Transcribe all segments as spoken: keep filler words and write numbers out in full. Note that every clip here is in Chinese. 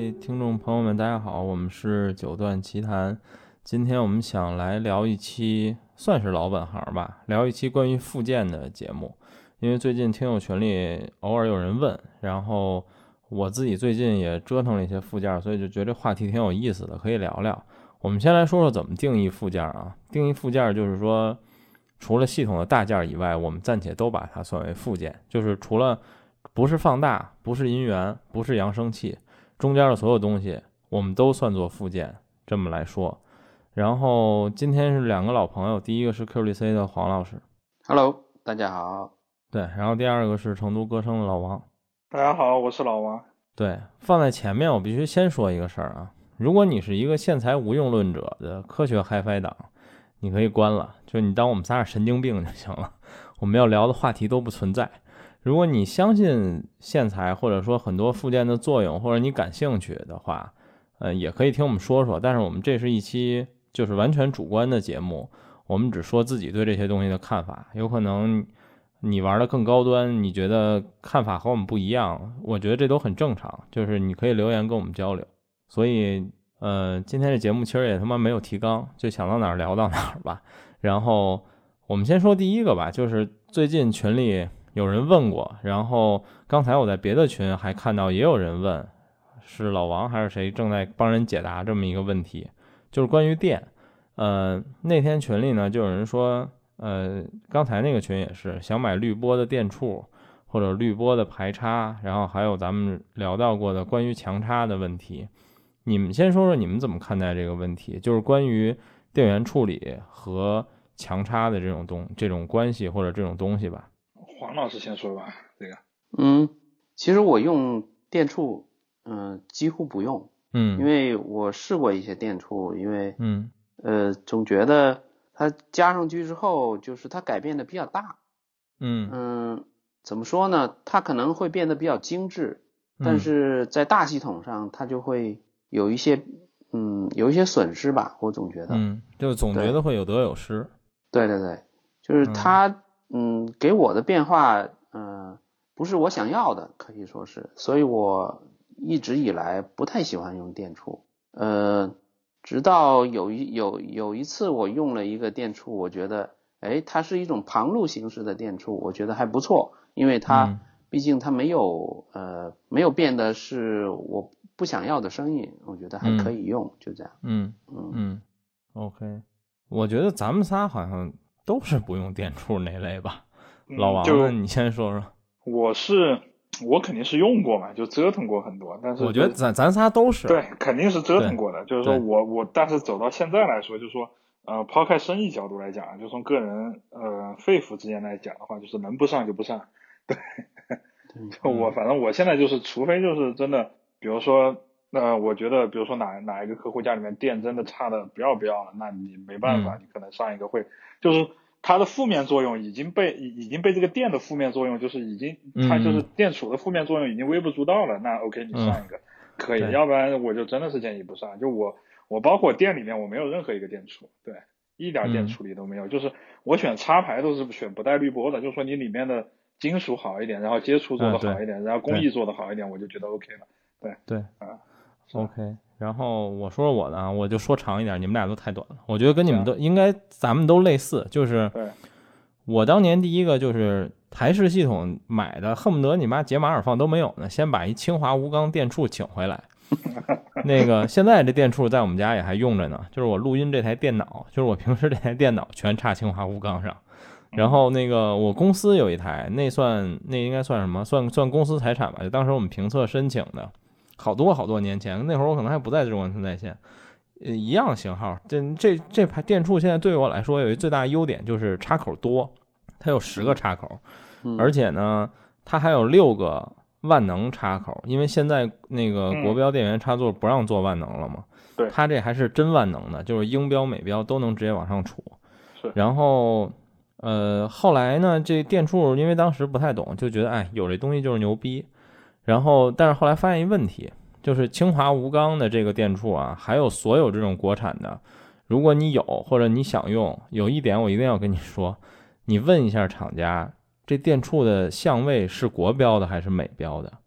位听众朋友们，大家好，我们是九段奇谈。今天我们想来聊一期，算是老本行吧，聊一期关于复健的节目。因为最近听友群里偶尔有人问，然后我自己最近也折腾了一些附件，所以就觉得这话题挺有意思的，可以聊聊。我们先来说说怎么定义附件啊。定义附件就是说，除了系统的大件以外，我们暂且都把它算为附件，就是除了不是放大，不是音源，不是扬声器，中间的所有东西我们都算作附件，这么来说。然后今天是两个老朋友，第一个是 Q D C 的黄老师 Hello， 大家好。 对，然后第二个是成都歌声的老王。 大家好，我是老王。 对，放在前面我必须先说一个事儿啊，如果你是一个现材无用论者的科学 HiFi 党，你可以关了，就你当我们仨是神经病就行了，我们要聊的话题都不存在。如果你相信线材或者说很多附件的作用，或者你感兴趣的话，呃，也可以听我们说说。但是我们这是一期就是完全主观的节目，我们只说自己对这些东西的看法。有可能你玩的更高端，你觉得看法和我们不一样，我觉得这都很正常，就是你可以留言跟我们交流。所以，呃，今天这节目其实也他妈没有提纲，就想到哪儿聊到哪儿吧。然后我们先说第一个吧，就是最近群里有人问过，然后刚才我在别的群还看到也有人问，是老王还是谁正在帮人解答这么一个问题，就是关于电。呃，那天群里呢就有人说，呃，刚才那个群也是想买滤波的电触或者滤波的排插，然后还有咱们聊到过的关于强插的问题。你们先说说你们怎么看待这个问题，就是关于电源处理和强插的这种东这种关系或者这种东西吧。 黄老师先说吧，这个。 嗯，其实我用电触，嗯、呃，几乎不用， 嗯， 因为我试过一些电触，因为， 嗯， 呃，总觉得它加上去之后，就是它改变的比较大， 嗯嗯，怎么说呢？它可能会变得比较精致，但是在大系统上，它就会有一些，嗯，有一些损失吧，我总觉得， 嗯，就总觉得会有得有失。 对对对，就是它。嗯，给我的变化，嗯、呃，不是我想要的，可以说是，所以我一直以来不太喜欢用电触，呃，直到有一有有一次我用了一个电触，我觉得，哎，它是一种旁路形式的电触，我觉得还不错，因为它、嗯、毕竟它没有呃没有变得是我不想要的声音，我觉得还可以用，嗯、就这样。 嗯嗯嗯 ，OK， 我觉得咱们仨好像都是不用电触那类吧。 嗯、 老王呢，你先说说。 我是我肯定是用过嘛，就折腾过很多，但是我觉得咱咱仨都是。 对，肯定是折腾过的。就是说我我但是走到现在来说，就是说呃，抛开生意角度来讲，就从个人呃肺腑之言来讲的话，就是能不上就不上。对，就我反正我现在就是，除非就是真的，比如说呃，我觉得比如说哪哪一个客户家里面电真的差的不要不要了，那你没办法， 嗯、 你可能上一个会就是。它的负面作用已经被已经被这个电的负面作用，就是已经它就是电储的负面作用已经微不足道了。嗯、那 OK， 你上一个、嗯、可以，要不然我就真的是建议不上。就我我包括店里面我没有任何一个电储，对，一点电处理都没有。嗯、就是我选插排都是选不带滤波的，就是说你里面的金属好一点，然后接触做的好一点， 嗯、 然后工艺做的好一点，我就觉得 OK 了。对对啊 ，OK。然后我说我的啊，我就说长一点，你们俩都太短了。我觉得跟你们都应该，咱们都类似，就是我当年第一个就是台式系统买的，恨不得你妈解码耳放都没有呢，先把一清华无钢电触请回来。那个现在这电触在我们家也还用着呢，就是我录音这台电脑，就是我平时这台电脑全插清华无钢上。然后那个我公司有一台，那算那应该算什么？算算公司财产吧，就当时我们评测申请的。好多好多年前，那会儿我可能还不在中关村在线，呃，一样型号。这这这排电触现在对于我来说有一最大的优点就是插口多，它有十个插口，而且呢，它还有六个万能插口，因为现在那个国标电源插座不让做万能了嘛， 对， 它这还是真万能的，就是英标美标都能直接往上杵。 是， 然后呃，后来呢，这电触因为当时不太懂，就觉得哎，有这东西就是牛逼。然后，但是后来发现一问题，就是清华无钢的这个电触啊，还有所有这种国产的，如果你有或者你想用，有一点我一定要跟你说，你问一下厂家，这电触的相位是国标的还是美标的？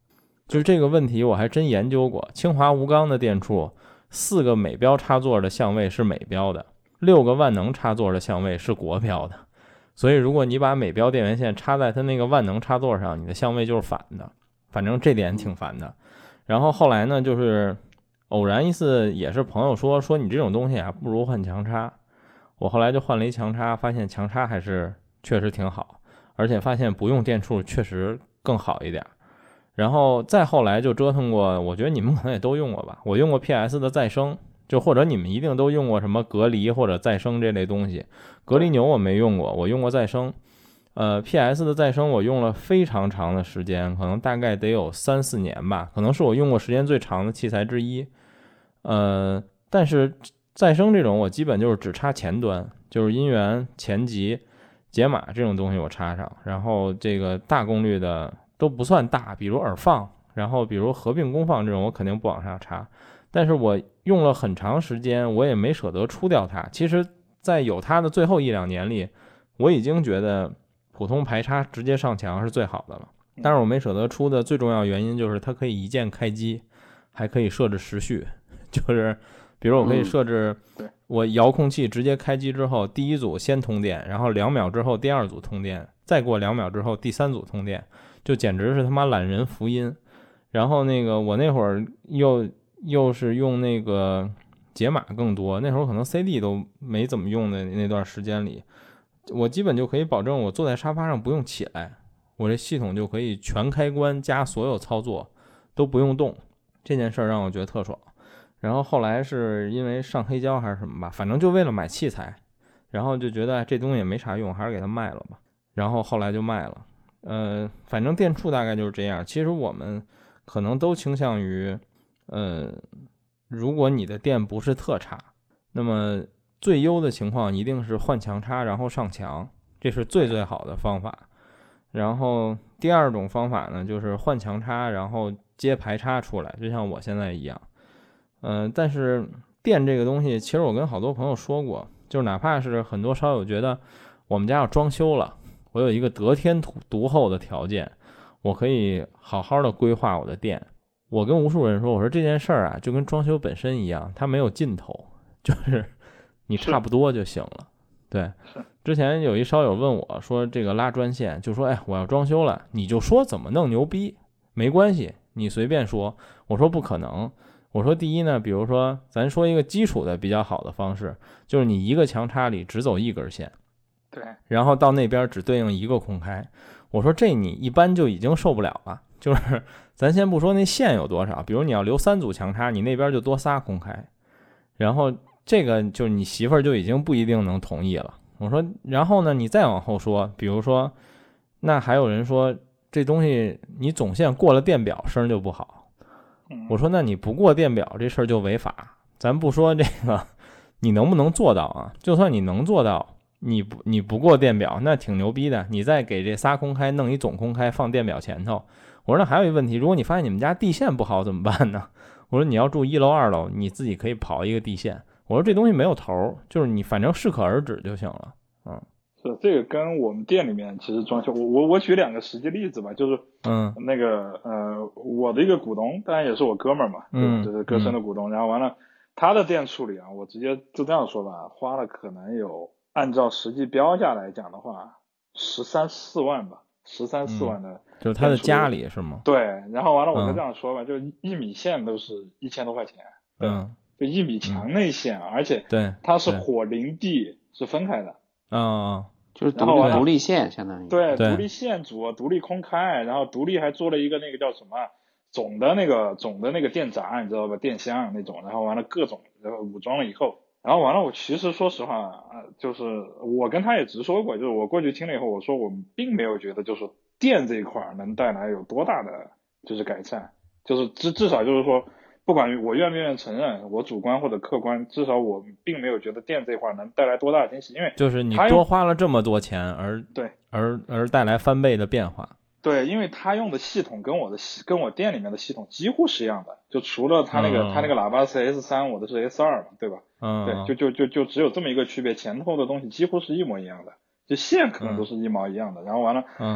就是这个问题我还真研究过。清华吴刚的电触，四个美标插座的相位是美标的，六个万能插座的相位是国标的。所以如果你把美标电源线插在它那个万能插座上，你的相位就是反的，反正这点挺烦的。然后后来呢，就是偶然一次也是朋友说说你这种东西啊，不如换强插。我后来就换了一强插，发现强插还是确实挺好，而且发现不用电触确实更好一点。然后再后来就折腾过，我觉得你们可能也都用过吧，我用过 P S 的再生，就或者你们一定都用过什么隔离或者再生这类东西。隔离牛我没用过，我用过再生。呃 P S 的再生我用了非常长的时间，可能大概得有三四年吧，可能是我用过时间最长的器材之一。呃，但是再生这种我基本就是只插前端，就是音源、前级、解码这种东西我插上，然后这个大功率的都不算大，比如耳放，然后比如合并功放这种我肯定不往上插。但是我用了很长时间，我也没舍得出掉它。其实在有它的最后一两年里，我已经觉得普通排插直接上墙是最好的了，但是我没舍得出的最重要原因就是它可以一键开机，还可以设置时序，就是比如我可以设置我遥控器直接开机之后，第一组先通电，然后两秒之后第二组通电，再过两秒之后第三组通电，就简直是他妈懒人福音。然后那个我那会儿又又是用那个解码更多，那会儿可能 C D 都没怎么用的那段时间里，我基本就可以保证我坐在沙发上不用起来，我这系统就可以全开关加所有操作都不用动，这件事让我觉得特爽。然后后来是因为上黑胶还是什么吧，反正就为了买器材，然后就觉得这东西也没啥用，还是给它卖了吧。然后后来就卖了。呃，反正电触大概就是这样。其实我们可能都倾向于，呃，如果你的电不是特差，那么最优的情况一定是换强插然后上墙，这是最最好的方法。然后第二种方法呢，就是换强插然后接排插出来，就像我现在一样。嗯、呃，但是电这个东西，其实我跟好多朋友说过，就是哪怕是很多烧友觉得我们家要装修了，我有一个得天独厚的条件，我可以好好的规划我的电。我跟无数人说，我说这件事儿啊，就跟装修本身一样，它没有尽头，就是你差不多就行了。对，之前有一烧友问我说，这个拉专线，就说，哎，我要装修了，你就说怎么弄牛逼，没关系，你随便说。我说不可能。我说第一呢，比如说咱说一个基础的比较好的方式，就是你一个强插里只走一根线， 对， 然后到那边只对应一个空开。我说这你一般就已经受不了了，就是咱先不说那线有多少，比如你要留三组强插，你那边就多仨空开，然后这个就是你媳妇儿就已经不一定能同意了。我说然后呢，你再往后说，比如说那还有人说这东西你总线过了电表声就不好，我说那你不过电表这事儿就违法。咱不说这个你能不能做到啊，就算你能做到，你不你不过电表那挺牛逼的，你再给这仨空开弄一总空开放电表前头。我说那还有一个问题，如果你发现你们家地线不好怎么办呢？我说你要住一楼二楼，你自己可以刨一个地线。我说这东西没有头，就是你反正适可而止就行了。嗯， 是这个跟我们店里面其实装修，我我我举两个实际例子吧，就是嗯那个呃我的一个股东，当然也是我哥们儿嘛， 嗯， 就是歌声的股东，然后完了他的电处理啊，我直接就这样说吧，花了可能有按照实际标价来讲的话，十三四万吧，十三四万的、嗯， 就是他的家里是吗？ 对，然后完了我就这样说吧，嗯、就一米线都是一千多块钱，对， 嗯， 就一米墙内线，嗯、而且对， 它是火零地是分开的， 啊、哦， 就是独立独立线相当于， 对，独立线组，独立空开，然后独立还做了一个那个叫什么总的那个总的那个电闸，你知道吧，电箱那种，然后完了各种然后武装了以后。然后完了，我其实说实话，就是我跟他也直说过，就是我过去听了以后，我说我们并没有觉得就是电这一块能带来有多大的就是改善，就是至至少就是说，不管我愿不愿意承认，我主观或者客观，至少我并没有觉得电这一块能带来多大的惊喜，因为就是你多花了这么多钱而对而而带来翻倍的变化。 对，因为他用的系统跟我的跟我店里面的系统几乎是一样的，就除了他那个、嗯、他那个喇叭是 S 三， 我的是 S 二 嘛，对吧？ 嗯， 对，就就就就只有这么一个区别，前后的东西几乎是一模一样的，就线可能都是一毛一样的。嗯、然后完了， 嗯，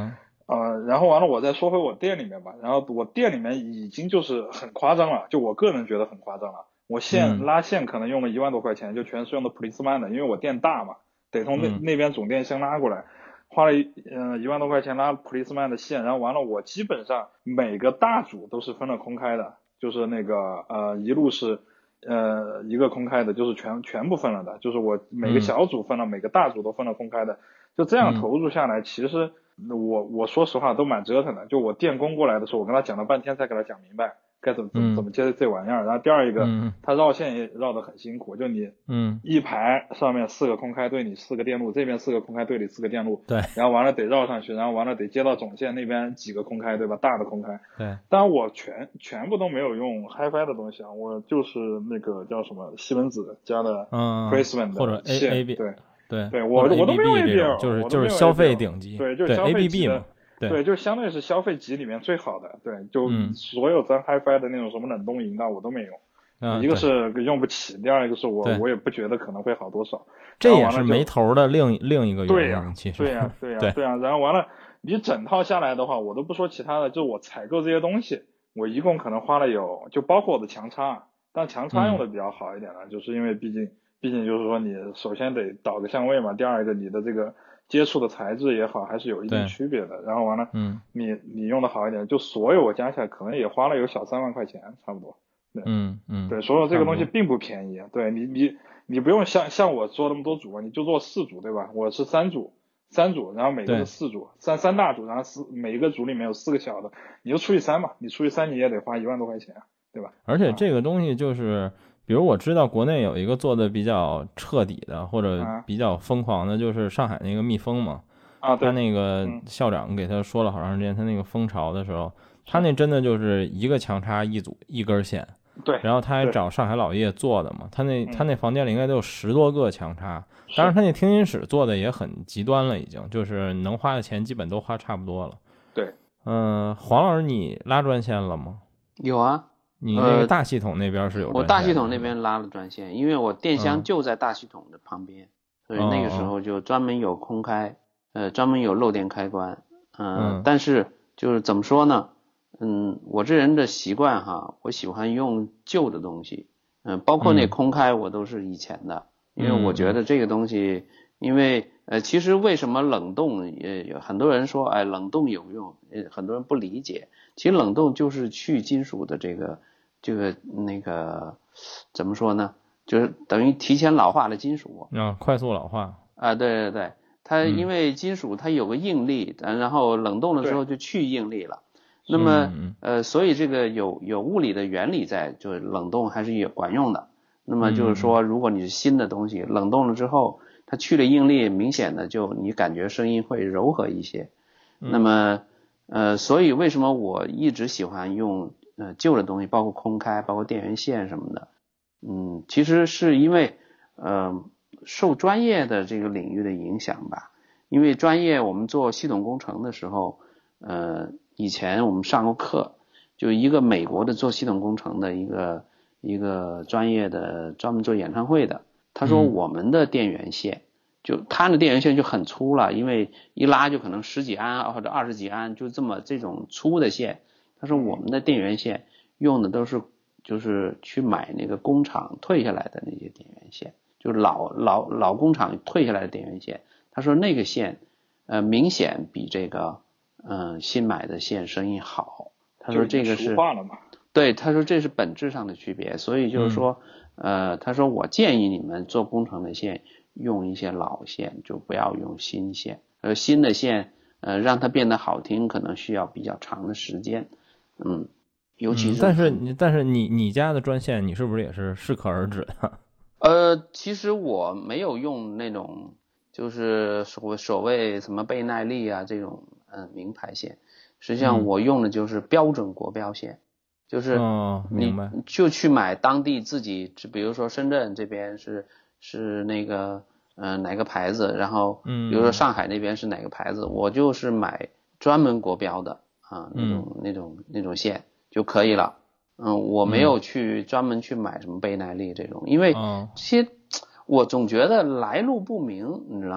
呃，然后完了我再说回我店里面吧，然后我店里面已经就是很夸张了，就我个人觉得很夸张了。我线、 嗯、 拉线可能用了一万多块钱，就全是用的普利斯曼的，因为我店大嘛，得从那、 嗯、 那边总店先拉过来，花了一嗯、呃、一万多块钱拉普利斯曼的线，然后完了我基本上每个大组都是分了空开的，就是那个呃一路是呃一个空开的，就是全全部分了的，就是我每个小组分了，嗯、每个大组都分了空开的，就这样投入下来，嗯、其实我我说实话都蛮折腾的。就我电工过来的时候，我跟他讲了半天才给他讲明白该怎么怎么怎么接这玩意儿。然后第二一个， 嗯、 他绕线也绕得很辛苦，就你嗯一排上面四个空开对你四个电路，这边四个空开对你四个电路， 对， 然后完了得绕上去，然后完了得接到总线那边几个空开，对吧？大的空开， 对。 当然我全全部都没有用 HiFi 的东西啊，我就是那个叫什么西门子加的 Pressman 的或者 A A B 对。 对对，我我都没有 A B L， 就是就是消费顶级， 对，就是消费级的， 对， 对，就相对是消费级里面最好的，对，就所有咱 HiFi 的那种什么冷冻引导我都没用， 嗯、 一个是用不起，第二个是我我也不觉得可能会好多少， 这也是没头的另另一个原因， 对呀、啊， 其实对呀、啊，对呀、啊，对呀、啊，然后完了，你整套下来的话，我都不说其他的，就我采购这些东西，我一共可能花了有，就包括我的强插，但强插用的比较好一点了，嗯、就是因为毕竟。毕竟就是说，你首先得导个相位嘛，第二一个你的这个接触的材质也好，还是有一定区别的。然后完了， 嗯， 你你用的好一点，就所有我加起来可能也花了有小三万块钱，差不多。对， 嗯嗯， 对，所有这个东西并不便宜。对你你你不用像像我做那么多组，你就做四组，对吧？我是三组，三组，然后每个是四组，三三大组，然后四每一个组里面有四个小的，你就除以三嘛，你除以三你也得花一万多块钱，对吧？ 而且这个东西就是。比如我知道国内有一个做的比较彻底的或者比较疯狂的，就是上海那个蜜蜂嘛。 啊， 他那个校长给他说了好长时间，他那个蜂巢的时候，他那真的就是一个强插一组一根线。 对。 然后他还找上海老叶做的嘛，他那他那房间里应该都有十多个强插。当然他那听音室做的也很极端了，已经就是能花的钱基本都花差不多了。 对。 嗯、呃，黄老师，你拉专线了吗？ 有啊。 你那个大系统那边是有专线的、呃、 我大系统那边拉了专线，因为我电箱就在大系统的旁边、嗯、所以那个时候就专门有空开、哦、呃专门有漏电开关、呃、嗯但是就是怎么说呢，嗯我这人的习惯哈，我喜欢用旧的东西，嗯、呃、包括那空开我都是以前的、嗯、因为我觉得这个东西因为呃其实为什么冷冻也有很多人说哎冷冻有用，呃很多人不理解，其实冷冻就是去金属的这个这个那个怎么说呢？就是等于提前老化的金属啊、嗯，快速老化啊，对对对，它因为金属它有个应力，嗯、然后冷冻的时候就去应力了。那么呃，所以这个有有物理的原理在，就是冷冻还是有管用的。那么就是说，如果你是新的东西冷冻了之后，它去了应力，明显的就你感觉声音会柔和一些。那么呃，所以为什么我一直喜欢用？呃，旧的东西包括空开，包括电源线什么的，嗯，其实是因为呃受专业的这个领域的影响吧。因为专业我们做系统工程的时候，呃，以前我们上过课，就一个美国的做系统工程的一个一个专业的专门做演唱会的，他说我们的电源线，嗯、就他的电源线就很粗了，因为一拉就可能十几安或者二十几安，就这么这种粗的线。他说我们的电源线用的都是就是去买那个工厂退下来的那些电源线，就是老老老工厂退下来的电源线。他说那个线呃明显比这个嗯、呃、新买的线声音好。他说这个是对，他说这是本质上的区别。所以就是说、嗯、呃他说我建议你们做工程的线用一些老线，就不要用新线。呃新的线呃让它变得好听可能需要比较长的时间。嗯，尤其是、 嗯、但是你但是你你家的专线你是不是也是适可而止的？ 呃，其实我没有用那种就是所所谓什么倍耐力啊这种呃名牌线，实际上我用的就是标准国标线，嗯、就是你就去买当地自己，比如说深圳这边是是那个呃哪个牌子，然后比如说上海那边是哪个牌子，嗯、我就是买专门国标的。啊，那种、嗯、那种那种线就可以了。嗯，我没有去专门去买什么倍耐力这种，因为这些、嗯、我总觉得来路不明，你知道吗？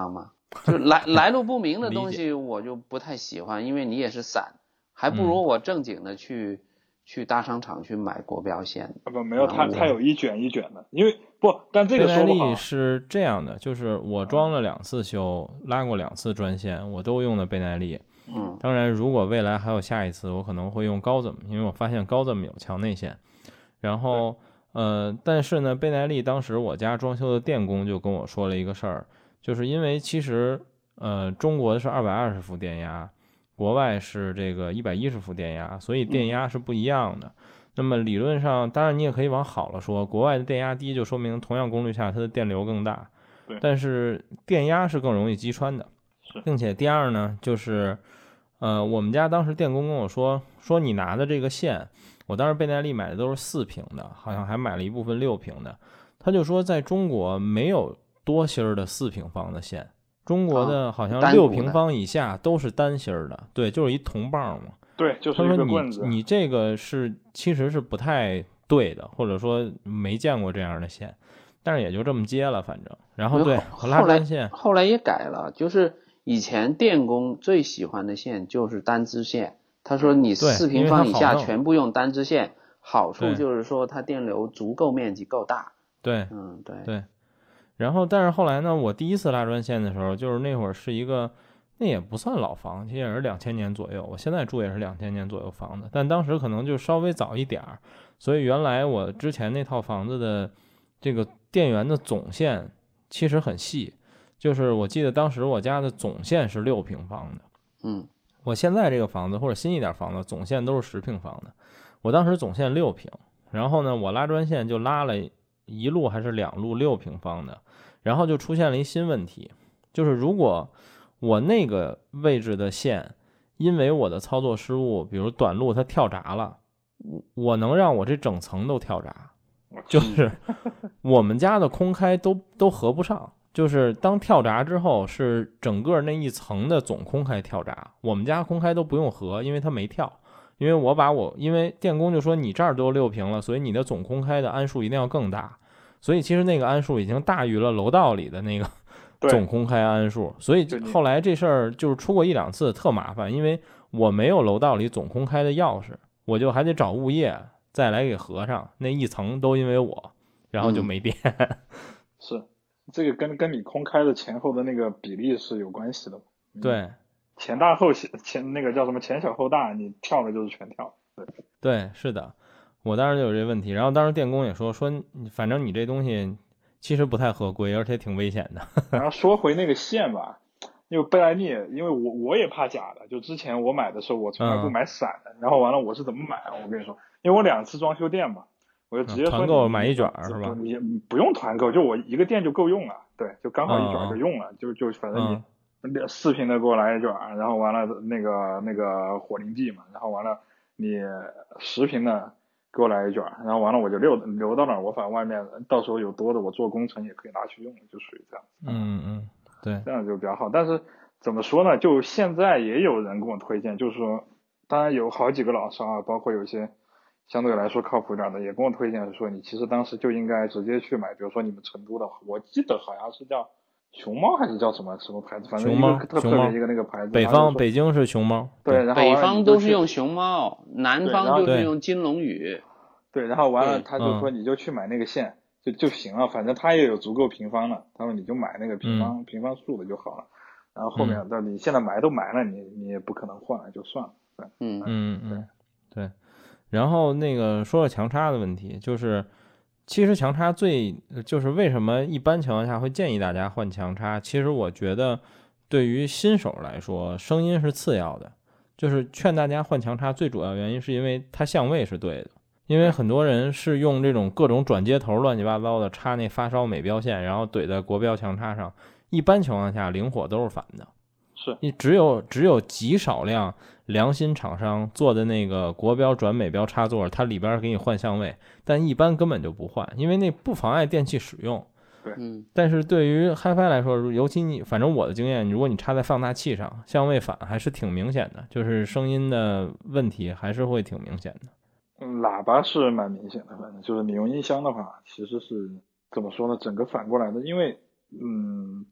就来来路不明的东西我就不太喜欢，因为你也是散，还不如我正经的去、嗯、去大商场去买国标线。 啊不，没有，它它有一卷一卷的，因为不，但这个说不好。 是这样的，就是我装了两次修，拉过两次专线，我都用的倍耐力。 嗯， 当然，如果未来还有下一次，我可能会用高怎么，因为我发现高怎么有强内线。然后，呃，但是呢，倍耐力当时我家装修的电工就跟我说了一个事儿，就是因为其实。呃，中国的是二百二十伏电压，国外是这个一百一十伏电压，所以电压是不一样的。嗯、那么理论上，当然你也可以往好了说，国外的电压低，就说明同样功率下它的电流更大。 对。 但是电压是更容易击穿的。 是。 并且第二呢，就是呃，我们家当时电工跟我说，说你拿的这个线，我当时倍耐力买的都是四平的，好像还买了一部分六平的。他就说，在中国没有多芯儿的四平方的线。中国的好像六平方以下都是单芯儿的，对，就是一铜棒嘛。 对，就是一个棍子。 他说你你这个是其实是不太对的，或者说没见过这样的线，但是也就这么接了，反正。然后对，拉专线后来也改了，就是以前电工最喜欢的线就是单支线。他说你四平方以下全部用单支线，好处就是说它电流足够面积够大。 对， 嗯，对对。然后，但是后来呢，我第一次拉专线的时候，就是那会儿是一个，那也不算老房，其实也是两千年左右。我现在住也是两千年左右房子，但当时可能就稍微早一点儿。所以原来我之前那套房子的这个电源的总线其实很细，就是我记得当时我家的总线是六平方的。 嗯， 我现在这个房子或者新一点房子总线都是十平方的，我当时总线六平，然后呢，我拉专线就拉了一路还是两路六平方的。然后就出现了一新问题，就是如果我那个位置的线因为我的操作失误，比如短路它跳闸了，我能让我这整层都跳闸，就是我们家的空开都都合不上，就是当跳闸之后是整个那一层的总空开跳闸，我们家空开都不用合，因为它没跳，因为我把我因为电工就说你这儿都六平了，所以你的总空开的安数一定要更大。所以其实那个安数已经大于了楼道里的那个总空开安数，所以后来这事儿就是出过一两次特麻烦，因为我没有楼道里总空开的钥匙，我就还得找物业再来给合上，那一层都因为我，然后就没电。 嗯、是这个跟跟你空开的前后的那个比例是有关系的。 对， 前大后前那个叫什么前小后大，你跳的就是全跳。对对，是的。我当时就有这问题，然后当时电工也说说，反正你这东西其实不太合规，而且挺危险的。 然后说回那个线吧，因为倍耐力，因为我我也怕假的，就之前我买的时候，我从来不买散的。嗯、然后完了，我是怎么买？我跟你说，因为我两次装修店嘛，我就直接说、嗯、 团购买一卷是吧？ 你不用团购，就我一个店就够用了，对，就刚好一卷就用了，嗯、就就反正你四瓶的给我来一卷，然后完了那个那个火灵剂嘛，然后完了你十瓶的。给我来一卷，然后完了我就留留到那儿，我反正外面到时候有多的，我做工程也可以拿去用，就属于这样。 嗯嗯，对， 这样就比较好。但是怎么说呢？就现在也有人跟我推荐，就是说，当然有好几个老商啊，包括有些相对来说靠谱一点的，也跟我推荐说，你其实当时就应该直接去买，比如说你们成都的，我记得好像是叫熊猫还是叫什么什么牌子，反正一个特特别一个那个牌子。 北方北京是熊猫， 对，然后北方都是用熊猫，南方就是用金龙羽。 对，然后完了他就说你就去买那个线、嗯、就就行了，反正他也有足够平方了，他说你就买那个平方、嗯、平方数的就好了，然后后面到你现在买都买了，你你也不可能换了，就算了。对， 嗯嗯嗯，对。然后那个说说强差的问题，就是其实强差最就是为什么一般情况下会建议大家换强差，其实我觉得对于新手来说声音是次要的，就是劝大家换强差最主要原因是因为它相位是对的。因为很多人是用这种各种转接头乱七八糟的插那发烧美标线，然后怼在国标强差上，一般情况下灵火都是反的。 是你只有只有极少量良心厂商做的那个国标转美标插座，它里边给你换相位，但一般根本就不换，因为那不妨碍电器使用。 对， 嗯。 但是对于 Hi-Fi 来说，尤其你反正我的经验，如果你插在放大器上，相位反还是挺明显的，就是声音的问题还是会挺明显的。 嗯，喇叭是蛮明显的，反正就是你用音箱的话，其实是怎么说呢？整个反过来的，因为嗯，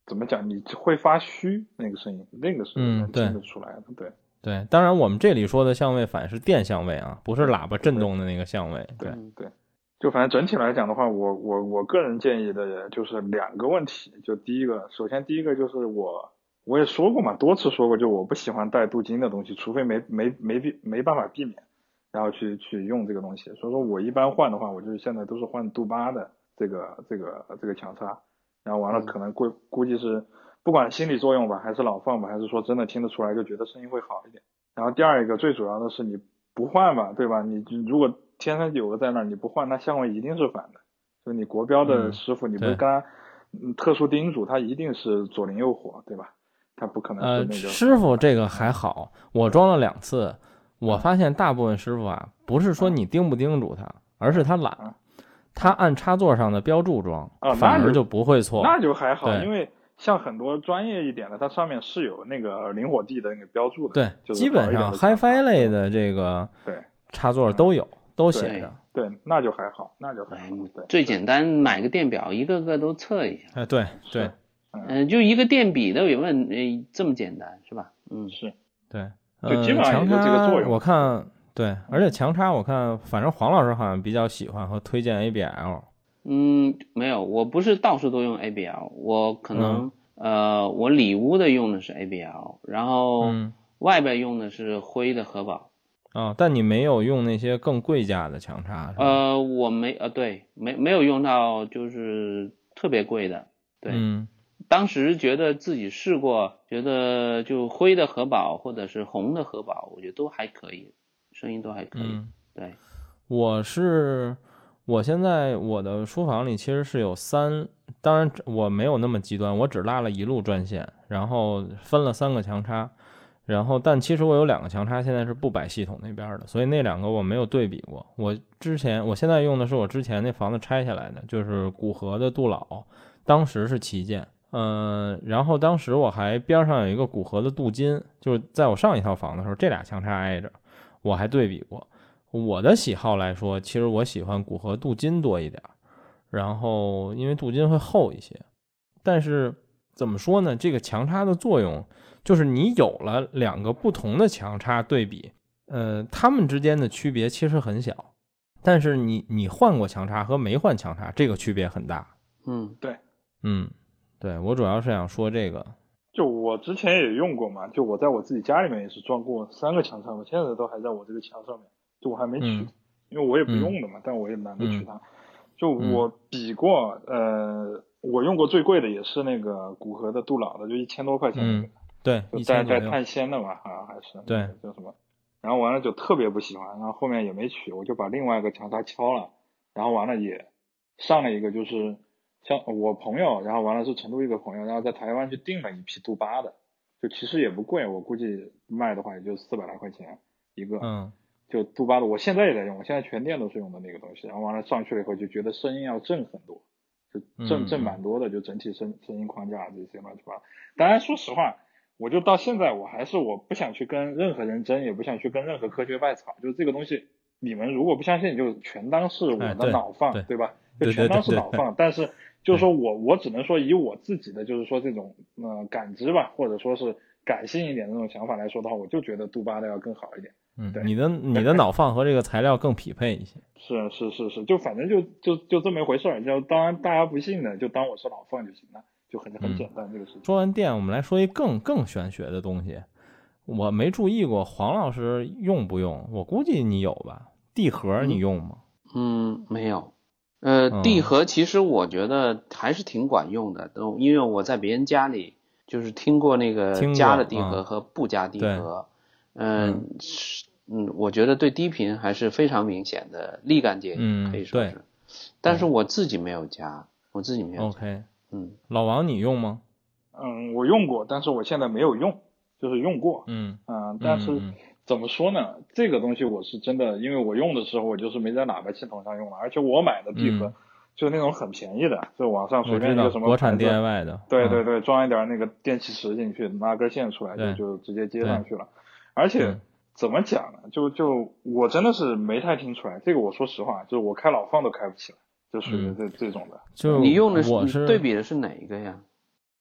怎么讲，你会发虚那个声音，那个是能听得出来的。嗯、对对，当然我们这里说的相位反是电相位啊，不是喇叭震动的那个相位。 对 对, 对，就反正整体来讲的话，我我我个人建议的就是两个问题。就第一个，首先第一个就是我我也说过嘛，多次说过，就我不喜欢带镀金的东西，除非没没没必没办法避免，然后去去用这个东西。所以说我一般换的话，我就是现在都是换镀八的这个这个这个强差，然后完了可能估估计是不管心理作用吧，还是老放吧，还是说真的听得出来，就觉得声音会好一点。然后第二一个最主要的是你不换吧，对吧？你如果天生有个在那儿，你不换，那相位一定是反的。就你国标的师傅，嗯、你不是跟他、嗯、特殊叮嘱，他一定是左邻右伙，对吧？他不可能是那个、 呃、师傅这个还好，我装了两次，我发现大部分师傅啊，不是说你叮不叮嘱他，而是他懒， 嗯、 他按插座上的标注装， 啊、 反而就不会错。 那就还好，因为像很多专业一点的，它上面是有那个灵活地的那个标注的。 对， 就是、 基本上 Hi-Fi 类的这个对插座都有， 嗯、 都写着。 对，那就还好，那就还好。对， 最简单，买个电表，一个个都测一下。 哎，对对， 嗯、呃，就一个电笔都有问，呃，这么简单是吧？嗯， 是， 对， 就基本上也就这个作用。 我看，对，而且强插我看，反正黄老师好像比较喜欢和推荐 A B L。 嗯，没有，我不是到处都用 A B L， 我可能、 嗯、 呃，我里屋的用的是 A B L， 然后外边用的是灰的核宝。 哦，但你没有用那些更贵价的强插是吧？ 呃，我没呃，对，没没有用到就是特别贵的，对。 嗯， 当时觉得自己试过，觉得就灰的核宝或者是红的核宝，我觉得都还可以，声音都还可以。 嗯、 对， 我是我现在我的书房里其实是有三，当然我没有那么极端，我只拉了一路专线，然后分了三个强插。然后，但其实我有两个强插，现在是不摆系统那边的，所以那两个我没有对比过。我之前，我现在用的是我之前那房子拆下来的，就是古河的杜老，当时是旗舰，嗯、呃，然后当时我还边上有一个古河的镀金，就是在我上一套房的时候，这俩强插挨着，我还对比过。我的喜好来说，其实我喜欢古河镀金多一点，然后因为镀金会厚一些，但是怎么说呢？这个强插的作用。就是你有了两个不同的强插对比，呃，它们之间的区别其实很小，但是你你换过强插和没换强插，这个区别很大。 嗯， 对， 嗯，对，我主要是想说这个。 就我之前也用过嘛，就我在我自己家里面也是装过三个强插，我现在都还在我这个墙上面，就我还没取， 嗯、 因为我也不用的嘛，嗯、但我也懒得取它。 嗯、 就我比过，呃，我用过最贵的也是那个古河的杜老的，就一千多块钱那个。 嗯对， 就带带碳纤的嘛，啊还是对叫什么？然后完了就特别不喜欢，然后后面也没取，我就把另外一个强插敲了，然后完了也上了一个，就是像我朋友，然后完了是成都一个朋友，然后在台湾去订了一批镀八的，就其实也不贵，我估计卖的话也就四百来块钱一个， 嗯， 就镀八的，我现在也在用，我现在全店都是用的那个东西，然后完了上去了以后就觉得声音要正很多，就正正蛮多的，就整体声声音框架这些乱七八糟。当然说实话。我就到现在我还是我不想去跟任何人争，也不想去跟任何科学拜草，就是这个东西你们如果不相信就全当是我的脑放、 哎、对, 对吧，就全当是脑放，但是就是说我我只能说以我自己的就是说这种呃感知吧，或者说是感性一点的那种想法来说的话，我就觉得镀八的要更好一点。 嗯，你的你的脑放和这个材料更匹配一些。 是是是是，就反正就就就这么一回事儿，就当然大家不信的就当我是脑放就行了。就很很简单、嗯、这个事情。 说完电，我们来说一更更玄学的东西。我没注意过黄老师用不用，我估计你有吧？地核你用吗？ 嗯，没有。呃，地核其实我觉得还是挺管用的，都、嗯、因为我在别人家里就是听过那个加了地核和不加地核，嗯、呃、嗯，我觉得对低频还是非常明显的立竿见影，可以说是。 对， 但是我自己没有加，我自己没有加。 OK。 嗯， 老王你用吗？ 嗯，我用过，但是我现在没有用，就是用过。 嗯嗯，但是怎么说呢？这个东西我是真的，因为我用的时候我就是没在喇叭系统上用了，而且我买的地核、嗯、就是那种很便宜的，就网上随便一个什么国产 D I Y 的。 对对对，装一点那个电气池进去，拉根线出来就就直接接上去了。而且怎么讲呢？就就我真的是没太听出来，这个我说实话，就是我开老放都开不起来。就属于这、嗯、这种的， 就你用的是对比的是哪一个呀？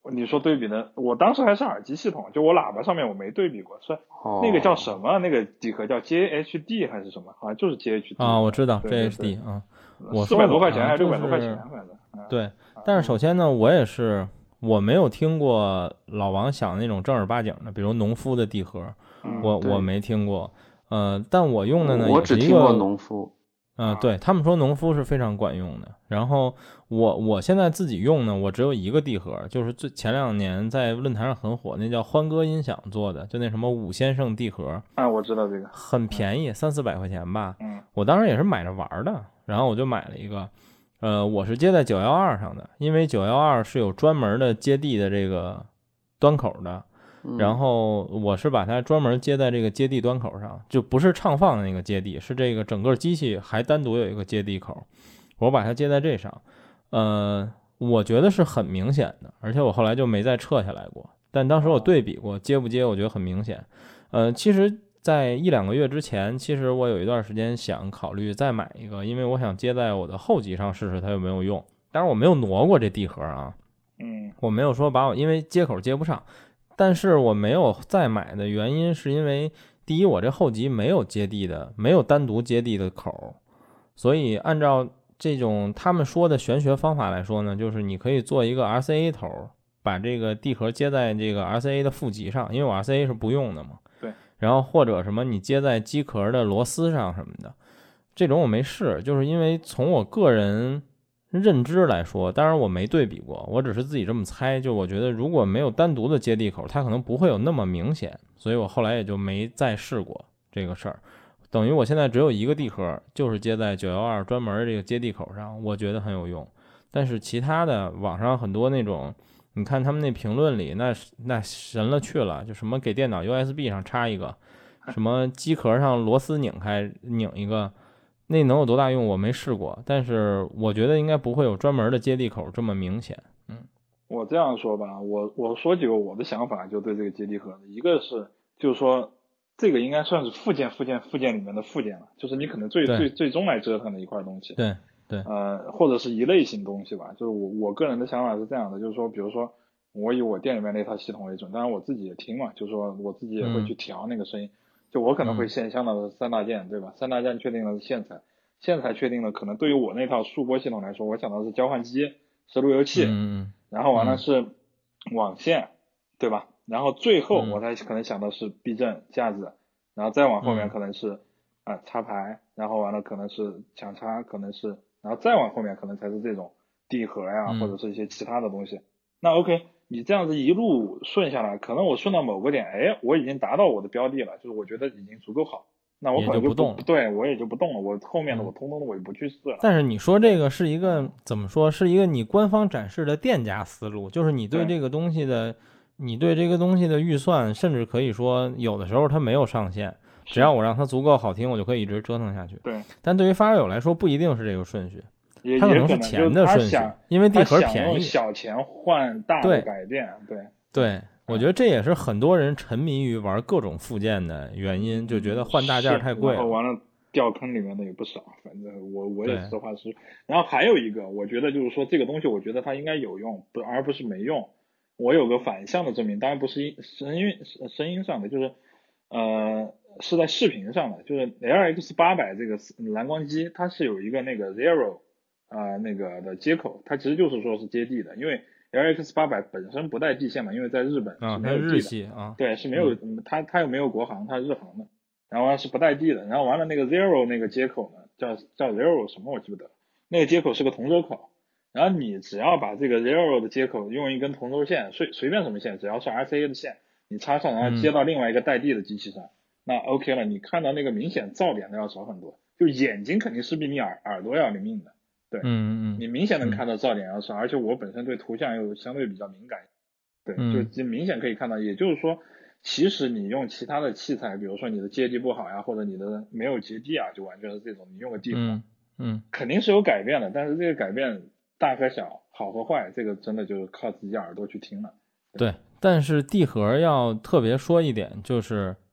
你说对比的，我当时还是耳机系统，就我喇叭上面我没对比过，是那个叫什么？那个底壳叫 J H D 还是什么？好像就是 J H D 啊，我知道 J H D 啊，我四百多块钱还是就六百多块钱，反正。 对，但是首先呢，我也是我没有听过老王想那种正儿八经的，比如农夫的地盒，我我没听过。呃，但我用的呢， 我只听过农夫。 嗯、呃，对他们说农夫是非常管用的。然后我我现在自己用呢，我只有一个地盒，就是最前两年在论坛上很火，那叫欢歌音响做的，就那什么武先生地盒。 啊，我知道这个， 很便宜，三四百块钱吧。 嗯， 我当时也是买着玩的，然后我就买了一个。呃，我是接在九一二上的，因为九一二是有专门的接地的这个端口的。然后我是把它专门接在这个接地端口上，就不是唱放的那个接地，是这个整个机器还单独有一个接地口，我把它接在这上。呃，我觉得是很明显的，而且我后来就没再撤下来过。但当时我对比过接不接，我觉得很明显。呃，其实在一两个月之前，其实我有一段时间想考虑再买一个，因为我想接在我的后级上试试它有没有用。当然我没有挪过这地盒啊， 嗯， 我没有说把我因为接口接不上。但是我没有再买的原因是因为第一，我这后级没有接地的，没有单独接地的口，所以按照这种他们说的玄学方法来说呢，就是你可以做一个 R C A 头，把这个地盒接在这个 R C A 的负极上，因为我 R C A 是不用的嘛。 对。 然后或者什么你接在机壳的螺丝上什么的，这种我没试，就是因为从我个人认知来说，当然我没对比过，我只是自己这么猜，就我觉得如果没有单独的接地口，它可能不会有那么明显，所以我后来也就没再试过这个事儿。等于我现在只有一个地盒，就是接在九一二专门这个接地口上，我觉得很有用。但是其他的网上很多那种，你看他们那评论里，那那神了去了，就什么给电脑 U S B 上插一个，什么机壳上螺丝拧开拧一个。那能有多大用？我没试过，但是我觉得应该不会有专门的接地口这么明显。嗯， 我这样说吧，我我说几个我的想法，就对这个接地盒的，一个是就是说这个应该算是附件附件附件里面的附件了，就是你可能最最最终来折腾的一块东西。 对对， 呃，或者是一类型东西吧，就是我我个人的想法是这样的，就是说，比如说我以我店里面那套系统为准，当然我自己也听嘛，就是说我自己也会去调那个声音。嗯，就我可能会先想到的是三大件，对吧？三大件确定了是线材，线材确定了，可能对于我那套数播系统来说，我想到的是交换机，是路由器， 嗯， 然后完了是网线，对吧？然后最后我才可能想到是避震架子，然后再往后面可能是啊、呃、插排，然后完了可能是强插，可能是，然后再往后面可能才是这种地盒呀，或者是一些其他的东西。那 OK。你这样子一路顺下来，可能我顺到某个点，哎，我已经达到我的标的了，就是我觉得已经足够好，那我可能就不动， 对我也就不动了，我后面的我通通的我就不去试了。 但是你说这个是一个怎么说？是一个你官方展示的店家思路，就是你对这个东西的，你对这个东西的预算，甚至可以说有的时候它没有上限，只要我让它足够好听，我就可以一直折腾下去。 对。 但对于发烧友来说，不一定是这个顺序。 也它可能是钱的顺序，因为地盒便宜， 小钱换大的改变，对对，我觉得这也是很多人沉迷于玩各种附件的原因，就觉得换大件太贵了， 然后完了掉坑里面的也不少，反正我我也实话实说。然后还有一个，我觉得就是说这个东西，我觉得它应该有用，不而不是没用。我有个反向的证明，当然不是声音声音上的，就是呃是在视频上的，就是 L X 八百这个蓝光机，它是有一个那个 Zero。啊、呃，那个的接口，它其实就是说是接地的，因为 L X 八百本身不带地线嘛，因为在日本是没有地的， 啊、日系啊， 对，是没有，嗯、它它又没有国行，它是日航的，然后完了是不带地的，然后完了那个 Zero 那个接口呢，叫叫 Zero 什么我记不得，那个接口是个同轴口，然后你只要把这个 Zero 的接口用一根同轴线，随随便什么线，只要是 R C A 的线，你插上，然后接到另外一个带地的机器上，嗯、那 OK 了，你看到那个明显噪点都要少很多，就眼睛肯定是比你耳耳朵要灵敏的。对， 嗯嗯， 你明显能看到噪点要少，嗯、而且我本身对图像又相对比较敏感，对， 嗯、 就明显可以看到。也就是说，其实你用其他的器材，比如说你的接地不好呀，或者你的没有接地啊，就完全是这种，你用个地盒， 嗯嗯， 肯定是有改变的，但是这个改变大和小、好和坏，这个真的就是靠自己耳朵去听了。 对，对但是地盒要特别说一点，就是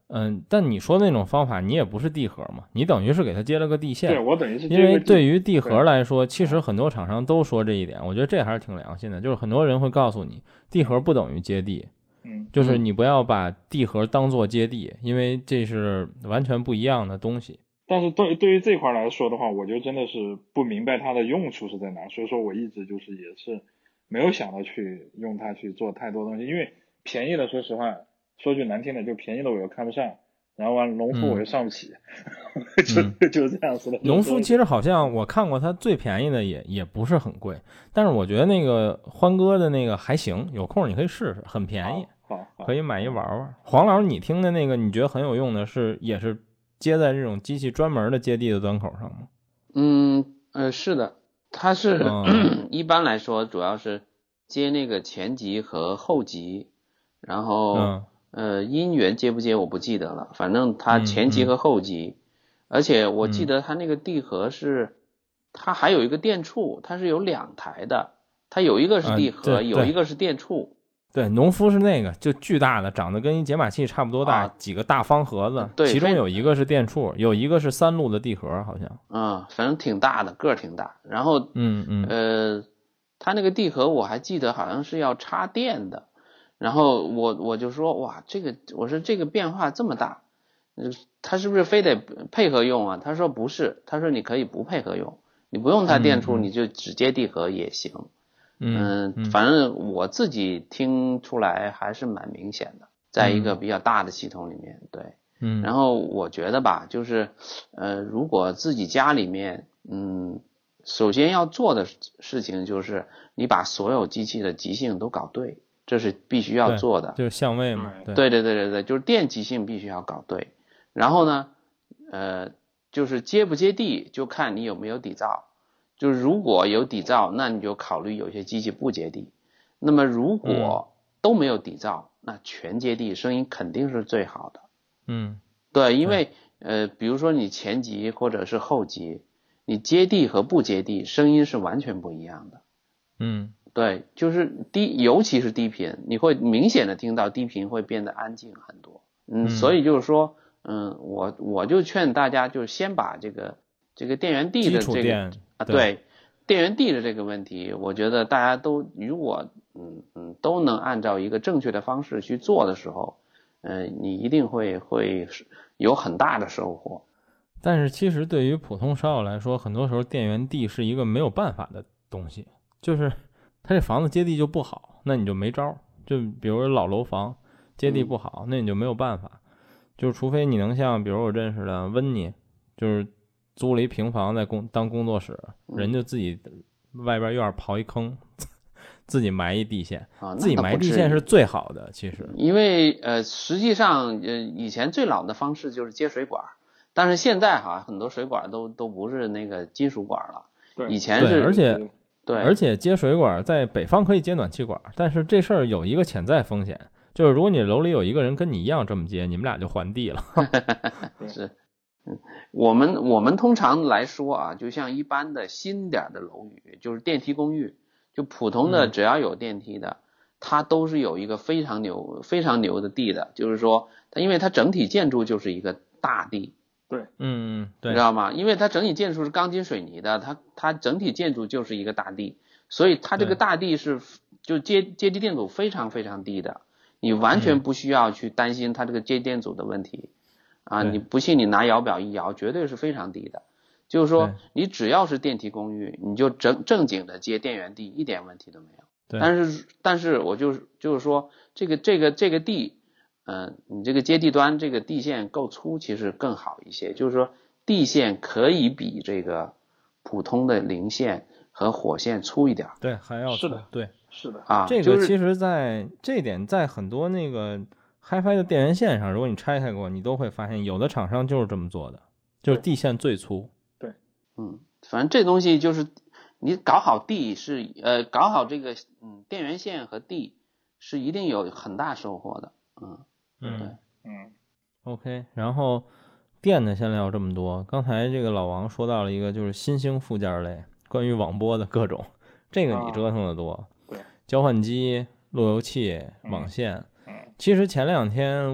嗯，但你说的那种方法，你也不是地核嘛，你等于是给它接了个地线。 对，我等于是接因为对于地核核来说，其实很多厂商都说这一点，我觉得这还是挺良心的。就是很多人会告诉你，地核不等于接地， 嗯， 就是你不要把地核当做接地，因为这是完全不一样的东西。 但是对对于这块来说的话，我就真的是不明白它的用处是在哪，所以说我一直就是也是没有想到去用它去做太多东西，因为便宜的，说实话，说句难听的，就便宜的我又看不上，然后完农夫我又上不起，嗯、就就是这样子的。 农夫其实好像我看过它最便宜的也也不是很贵，但是我觉得那个欢哥的那个还行，有空你可以试试，很便宜， 好，好可以买一玩玩。黄老师，你听的那个你觉得很有用的是也是接在这种机器专门的接地的端口上吗？ 嗯呃是的，它是、 嗯、 一般来说主要是接那个前级和后级，然后、 嗯、 呃音源接不接我不记得了，反正它前级和后级， 嗯、 而且我记得它那个地核是、嗯、它还有一个电触，它是有两台的，它有一个是地核、 啊、 有一个是电触。 对，农夫是那个就巨大的，长得跟一解码器差不多大、啊、几个大方盒子， 对， 其中有一个是电触，有一个是三路的地核，好像。 嗯，反正挺大的，个儿挺大。然后， 嗯嗯， 呃，它那个地核我还记得好像是要插电的，然后我我就说哇，这个我说这个变化这么大，它是不是非得配合用啊？他说不是，他说你可以不配合用，你不用它电触， 嗯嗯你就只接地核也行。 嗯, 嗯，反正我自己听出来还是蛮明显的，在一个比较大的系统里面，对， 嗯， 然后我觉得吧，就是呃，如果自己家里面，嗯，首先要做的事情就是你把所有机器的极性都搞对，这是必须要做的， 就是相位嘛， 对对对对对，就是电极性必须要搞对，然后呢，呃，就是接不接地就看你有没有底噪。就是如果有底噪，那你就考虑有些机器不接地。那么如果都没有底噪，嗯、那全接地声音肯定是最好的。 嗯， 对，因为呃，比如说你前级或者是后级，你接地和不接地声音是完全不一样的。 嗯， 对，就是低，尤其是低频，你会明显的听到低频会变得安静很多。嗯，嗯所以就是说，嗯，我我就劝大家，就是先把这个这个电源地的这个。啊，对，电源地的这个问题，我觉得大家都如果嗯嗯都能按照一个正确的方式去做的时候，嗯、呃，你一定会会有很大的收获。 但是其实对于普通烧友来说，很多时候电源地是一个没有办法的东西，就是他这房子接地就不好，那你就没招。就比如老楼房接地不好，那你就没有办法，就是除非你能像比如我认识的温妮，就是租了一平房在工当工作室，人就自己外边院刨一坑，自己埋一地线， 啊、 自己埋地线是最好的。其实， 因为呃，实际上呃，以前最老的方式就是接水管，但是现在哈很多水管都都不是那个金属管了。 对， 以前是， 而且对， 而且接水管在北方可以接暖气管，但是这事儿有一个潜在风险，就是如果你楼里有一个人跟你一样这么接，你们俩就还地了。 是。嗯，我们我们通常来说啊，就像一般的新点的楼宇，就是电梯公寓，就普通的只要有电梯的，嗯、它都是有一个非常牛非常牛的地的，就是说它因为它整体建筑就是一个大地， 对， 嗯对， 你知道吗？因为它整体建筑是钢筋水泥的，它它整体建筑就是一个大地，所以它这个大地是就接接地电阻非常非常低的，你完全不需要去担心它这个接电阻的问题。啊，你不信你拿摇表一摇，绝对是非常低的。就是说，你只要是电梯公寓，你就正正经的接电源地，一点问题都没有。 对。 但是，但是我就是就是说，这个这个这个地，嗯、呃，你这个接地端这个地线够粗，其实更好一些。就是说，地线可以比这个普通的零线和火线粗一点。 对，还要粗。 是的， 对， 是的。 啊， 这个其实在、就是、这点在很多那个。Hi-Fi 的电源线上，如果你拆开过，你都会发现有的厂商就是这么做的，就是地线最粗。 对， 嗯，反正这东西就是你搞好地是呃搞好这个嗯电源线和地是一定有很大收获的。嗯嗯对嗯 ，OK， 然后电的先聊这么多。刚才这个老王说到了一个就是新兴附件类，关于网播的各种，这个你折腾的多。 啊、对， 交换机、路由器、网线。 嗯其实前两天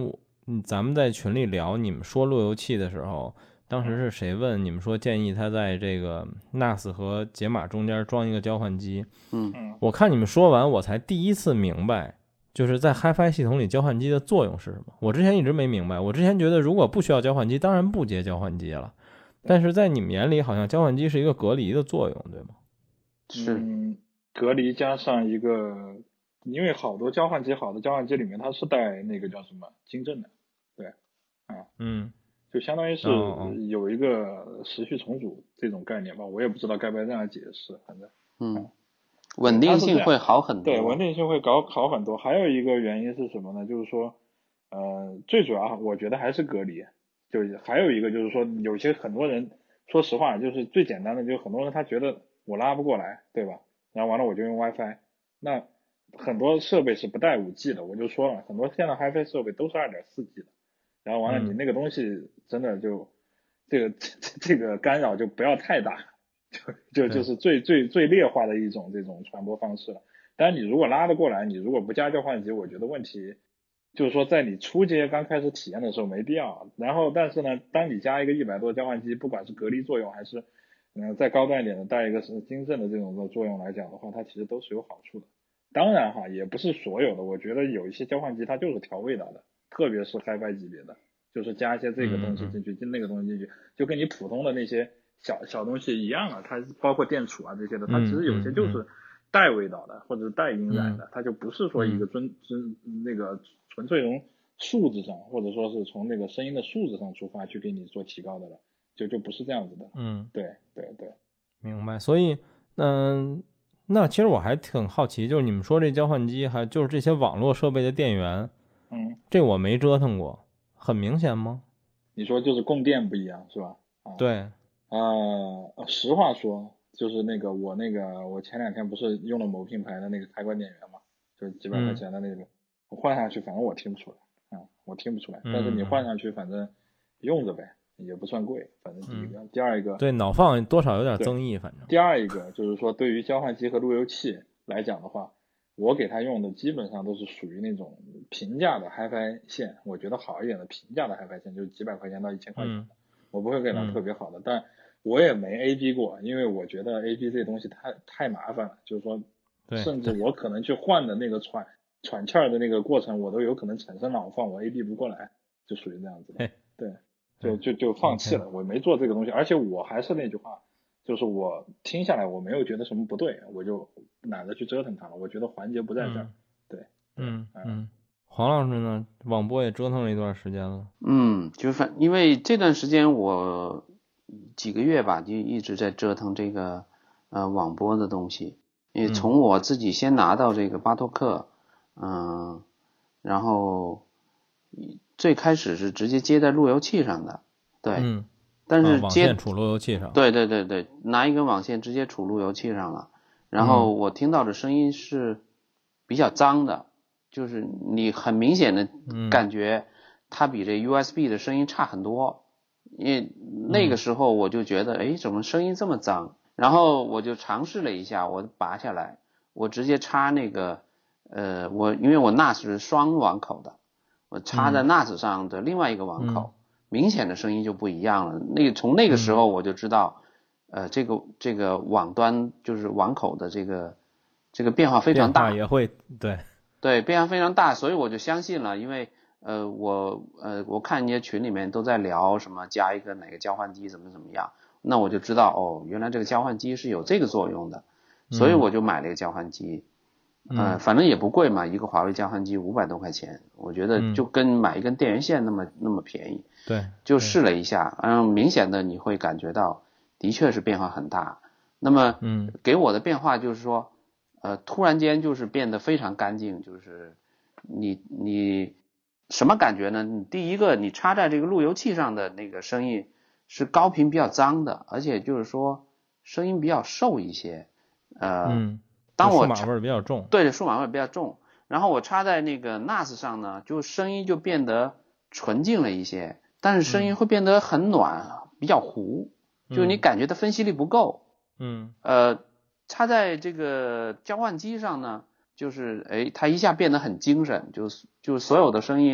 嗯，咱们在群里聊你们说路由器的时候，当时是谁问你们说建议他在这个 N A S 和解码中间装一个交换机？ 嗯， 我看你们说完，我才第一次明白，就是在 HiFi 系统里交换机的作用是什么。我之前一直没明白，我之前觉得如果不需要交换机，当然不接交换机了。但是在你们眼里，好像交换机是一个隔离的作用，对吗？ 是， 嗯，隔离加上一个，因为好多交换机，好的交换机里面它是带那个叫什么金正的，对，啊， 嗯， 就相当于是有一个时序重组这种概念吧，我也不知道该不该这样解释，反正， 嗯，稳定性会好很多， 对，稳定性会搞好很多。还有一个原因是什么呢？就是说，呃，最主要我觉得还是隔离，就是还有一个就是说，有些很多人，说实话，就是最简单的，就是很多人他觉得我拉不过来，对吧？然后完了我就用 WiFi， 那很多设备是不带 五 G 的，我就说了，很多现在 HiFi 设备都是 二点四 G 的，然后完了你那个东西真的就这个这个干扰就不要太大，就就就是最最最劣化的一种这种传播方式了。当然你如果拉得过来，你如果不加交换机，我觉得问题就是说在你初阶刚开始体验的时候没必要，然后但是呢，当你加一个一百多交换机，不管是隔离作用还是嗯再高端一点的带一个是金正的这种的作用来讲的话，它其实都是有好处的。当然哈，也不是所有的，我觉得有一些交换机它就是调味道的，特别是 HiFi 级别的，就是加一些这个东西进去，进那个东西进去，就跟你普通的那些小小东西一样啊，它包括电储啊这些的，它其实有些就是带味道的或者带音染的，它就不是说一个尊尊那个纯粹从数字上或者说是从那个声音的数字上出发去给你做提高的了，就就不是这样子的。 嗯， 对对对， 明白。所以，嗯、呃，那其实我还挺好奇，就是你们说这交换机，还就是这些网络设备的电源， 嗯， 这我没折腾过，很明显吗？ 你说就是供电不一样是吧？啊， 对， 啊、呃，实话说，就是那个我那个我前两天不是用了某品牌的那个开关电源嘛，就是几百块钱的那个，嗯、我换上去反正我听不出来，啊、嗯，我听不出来，但是你换上去反正用着呗，也不算贵，反正第一个，嗯、第二一个， 对脑放多少有点增益，反正。 第二一个就是说，对于交换机和路由器来讲的话，我给它用的基本上都是属于那种平价的 HiFi 线，我觉得好一点的平价的 HiFi 线，就是几百块钱到一千块钱的，嗯、我不会给它特别好的，嗯、但我也没 A B 过，因为我觉得 A B 这东西太太麻烦了，就是说，甚至我可能去换的那个喘喘气儿的那个过程，我都有可能产生脑放，我 A B 不过来，就属于这样子的，对，就就就放弃了，我没做这个东西，而且我还是那句话。就是我听下来我没有觉得什么不对，我就懒得去折腾它了。我觉得环节不在这儿。嗯、对， 嗯嗯。黄老师呢？网播也折腾了一段时间了。 嗯，就反因为这段时间我几个月吧，就一直在折腾这个呃网播的东西。因为从我自己先拿到这个巴托克，嗯、呃，然后最开始是直接接在路由器上的，对。 嗯。 但是接、 啊、网线储路由器上， 对对对对，拿一根网线直接储路由器上了，然后我听到的声音是比较脏的，嗯、就是你很明显的感觉它比这 U S B 的声音差很多，因为那个时候我就觉得，哎、嗯，怎么声音这么脏？然后我就尝试了一下，我拔下来，我直接插那个，呃，我因为我 N A S 是双网口的，我插在 N A S 上的另外一个网口。嗯，明显的声音就不一样了。那个从那个时候我就知道，嗯、呃，这个这个网端就是网口的这个这个变化非常大， 也会对对变化非常大，所以我就相信了。因为呃我呃我看一些群里面都在聊什么加一个哪个交换机怎么怎么样，那我就知道哦，原来这个交换机是有这个作用的，所以我就买了一个交换机。嗯、呃，反正也不贵嘛，一个华为交换机五百多块钱，我觉得就跟买一根电源线那么那么便宜。 对， 就试了一下，嗯，明显的你会感觉到，的确是变化很大。那么，嗯，给我的变化就是说，呃，突然间就是变得非常干净，就是你你什么感觉呢？你第一个，你插在这个路由器上的那个声音是高频比较脏的，而且就是说声音比较瘦一些。呃， 嗯， 当我数码味比较重， 对，数码味比较重。然后我插在那个 N A S 上呢，就声音就变得纯净了一些。但是声音会变得很暖，嗯、比较糊，就是你感觉它分析力不够。 嗯， 呃，插在这个交换机上呢，就是哎，它一下变得很精神，就就所有的声音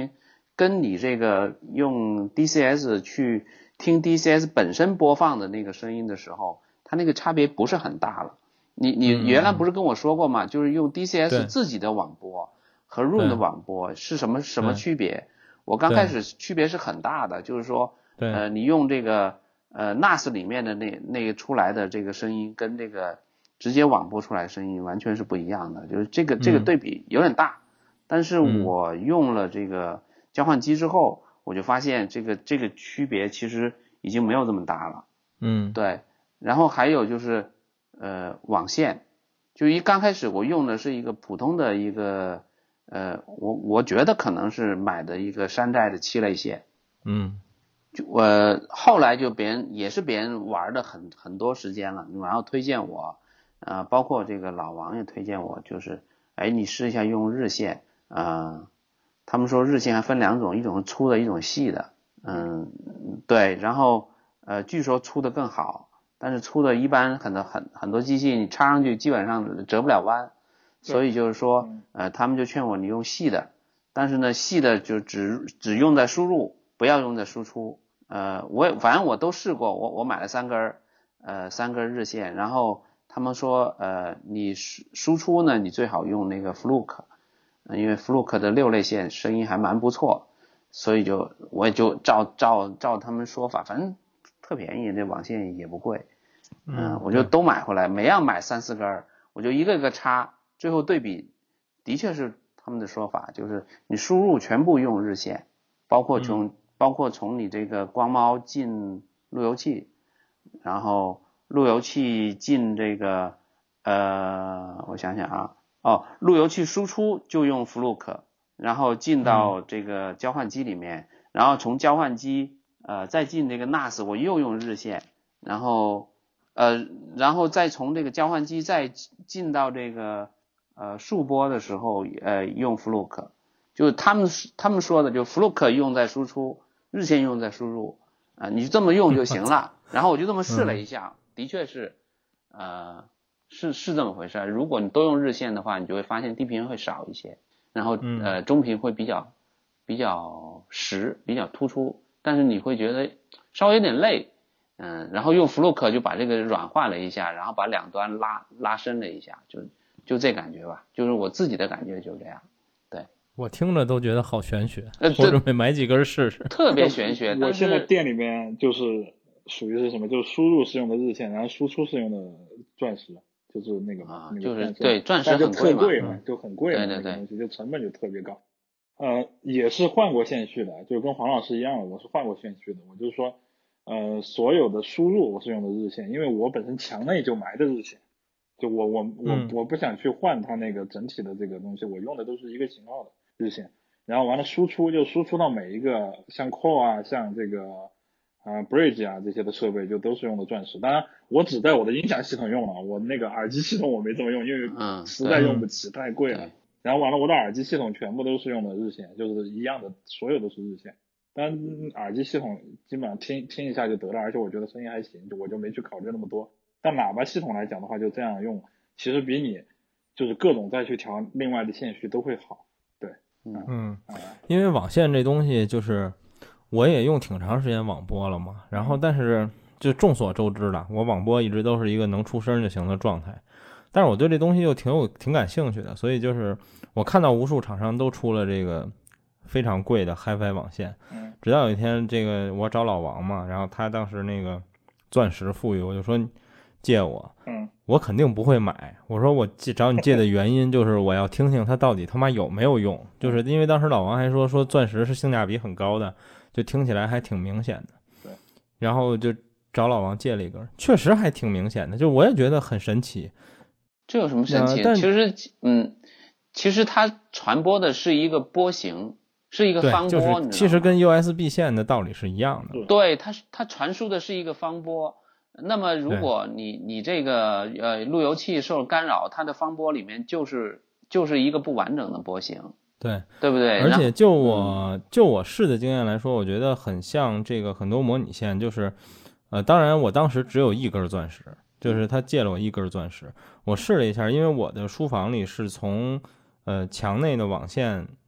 跟你这个用 D C S 去听 D C S 本身播放的那个声音的时候，它那个差别不是很大了。你你原来不是跟我说过吗？嗯、就是用 D C S 自己的网播和 Room 的网播是什么什么区别？我刚开始区别是很大的，就是说，呃，你用这个呃 N A S 里面的那那个出来的这个声音跟这个直接网播出来的声音完全是不一样的，就是这个这个对比有点大。嗯、但是我用了这个交换机之后，我就发现这个这个区别其实已经没有这么大了。 嗯， 对。然后还有就是呃网线，就一刚开始我用的是一个普通的一个呃我我觉得可能是买的一个山寨的七类线。 嗯。 就我、呃、后来就别人也是别人玩的很很多时间了，然后推荐我，呃，包括这个老王也推荐我，就是哎你试一下用日线，呃，他们说日线还分两种，一种是粗的，一种细的，嗯，对，然后呃据说粗的更好，但是粗的一般很多很很多机器你插上去基本上折不了弯，所以就是说呃他们就劝我你用细的，但是呢细的就只只用在输入，不要用在输出。呃，我也反正我都试过，我我买了三根，呃，三根日线，然后他们说，呃，你输输出呢，你最好用那个 Fluke，呃、因为 Fluke 的六类线声音还蛮不错，所以就我也就照照照他们说法，反正特便宜，这网线也不贵，嗯、呃，我就都买回来，每样买三四根，我就一个一个插，最后对比，的确是他们的说法，就是你输入全部用日线，包括从。嗯包括从你这个光猫进路由器，然后路由器进这个呃，我想想啊，哦，路由器输出就用 Fluke， 然后进到这个交换机里面，嗯、然后从交换机呃再进这个 N A S， 我又用日线，然后呃然后再从这个交换机再进到这个呃数播的时候呃用 Fluke， 就是他们他们说的就 Fluke 用在输出。日线用在输入啊、呃，你就这么用就行了。然后我就这么试了一下，嗯、的确是，呃，是是这么回事。如果你都用日线的话，你就会发现低频会少一些，然后呃中频会比较比较实，比较突出，但是你会觉得稍微有点累，嗯、呃，然后用 Fluke 就把这个软化了一下，然后把两端拉拉伸了一下，就就这感觉吧，就是我自己的感觉就这样。 我听着都觉得好玄学， 呃、 我准备买几根试试。 特别玄学。 我现在店里面就是属于是什么，就是输入是用的日线，然后输出是用的钻石，就是那个啊， 那个就是对钻石很贵嘛， 贵嘛就很贵嘛， 对对对， 那个东西就成本就特别高。呃，也是换过线序的，就是跟黄老师一样的，我是换过线序的。我就是说，呃，所有的输入我是用的日线，因为我本身墙内就埋的日线，就我我我、嗯、我不想去换它那个整体的这个东西，我用的都是一个型号的日线。然后完了输出就输出到每一个像 Core 啊，像这个啊、呃、Bridge 啊这些的设备，就都是用的钻石。当然我只在我的音响系统用了，我那个耳机系统我没这么用，因为实在用不起，嗯、太贵了。然后完了我的耳机系统全部都是用的日线，就是一样的，所有都是日线。但耳机系统基本上听听一下就得了，而且我觉得声音还行，就我就没去考虑那么多。但喇叭系统来讲的话，就这样用，其实比你就是各种再去调另外的线序都会好。 嗯，因为网线这东西就是我也用挺长时间网播了嘛，然后但是就众所周知了，我网播一直都是一个能出声就行的状态，但是我对这东西又挺有挺感兴趣的，所以就是我看到无数厂商都出了这个非常贵的 Hi-Fi 网线，直到有一天这个我找老王嘛，然后他当时那个钻石富裕，我就说借我， 嗯， 我肯定不会买。我说我找你借的原因就是我要听听它到底他妈有没有用，就是因为当时老王还说说钻石是性价比很高的，就听起来还挺明显的。 对， 然后就找老王借了一根，确实还挺明显的，就我也觉得很神奇。 这有什么神奇？呃、其实，嗯，其实它传播的是一个波形，是一个方波， 就是其实跟 U S B 线的道理是一样的。 对，它它传输的是一个方波。那么如果你你这个呃路由器受干扰，它的方波里面就是就是一个不完整的波形， 对对不对？ 而且就我、嗯、就我试的经验来说，我觉得很像这个很多模拟线，就是呃当然我当时只有一根钻石，就是他借了我一根钻石，我试了一下，因为我的书房里是从呃墙内的网线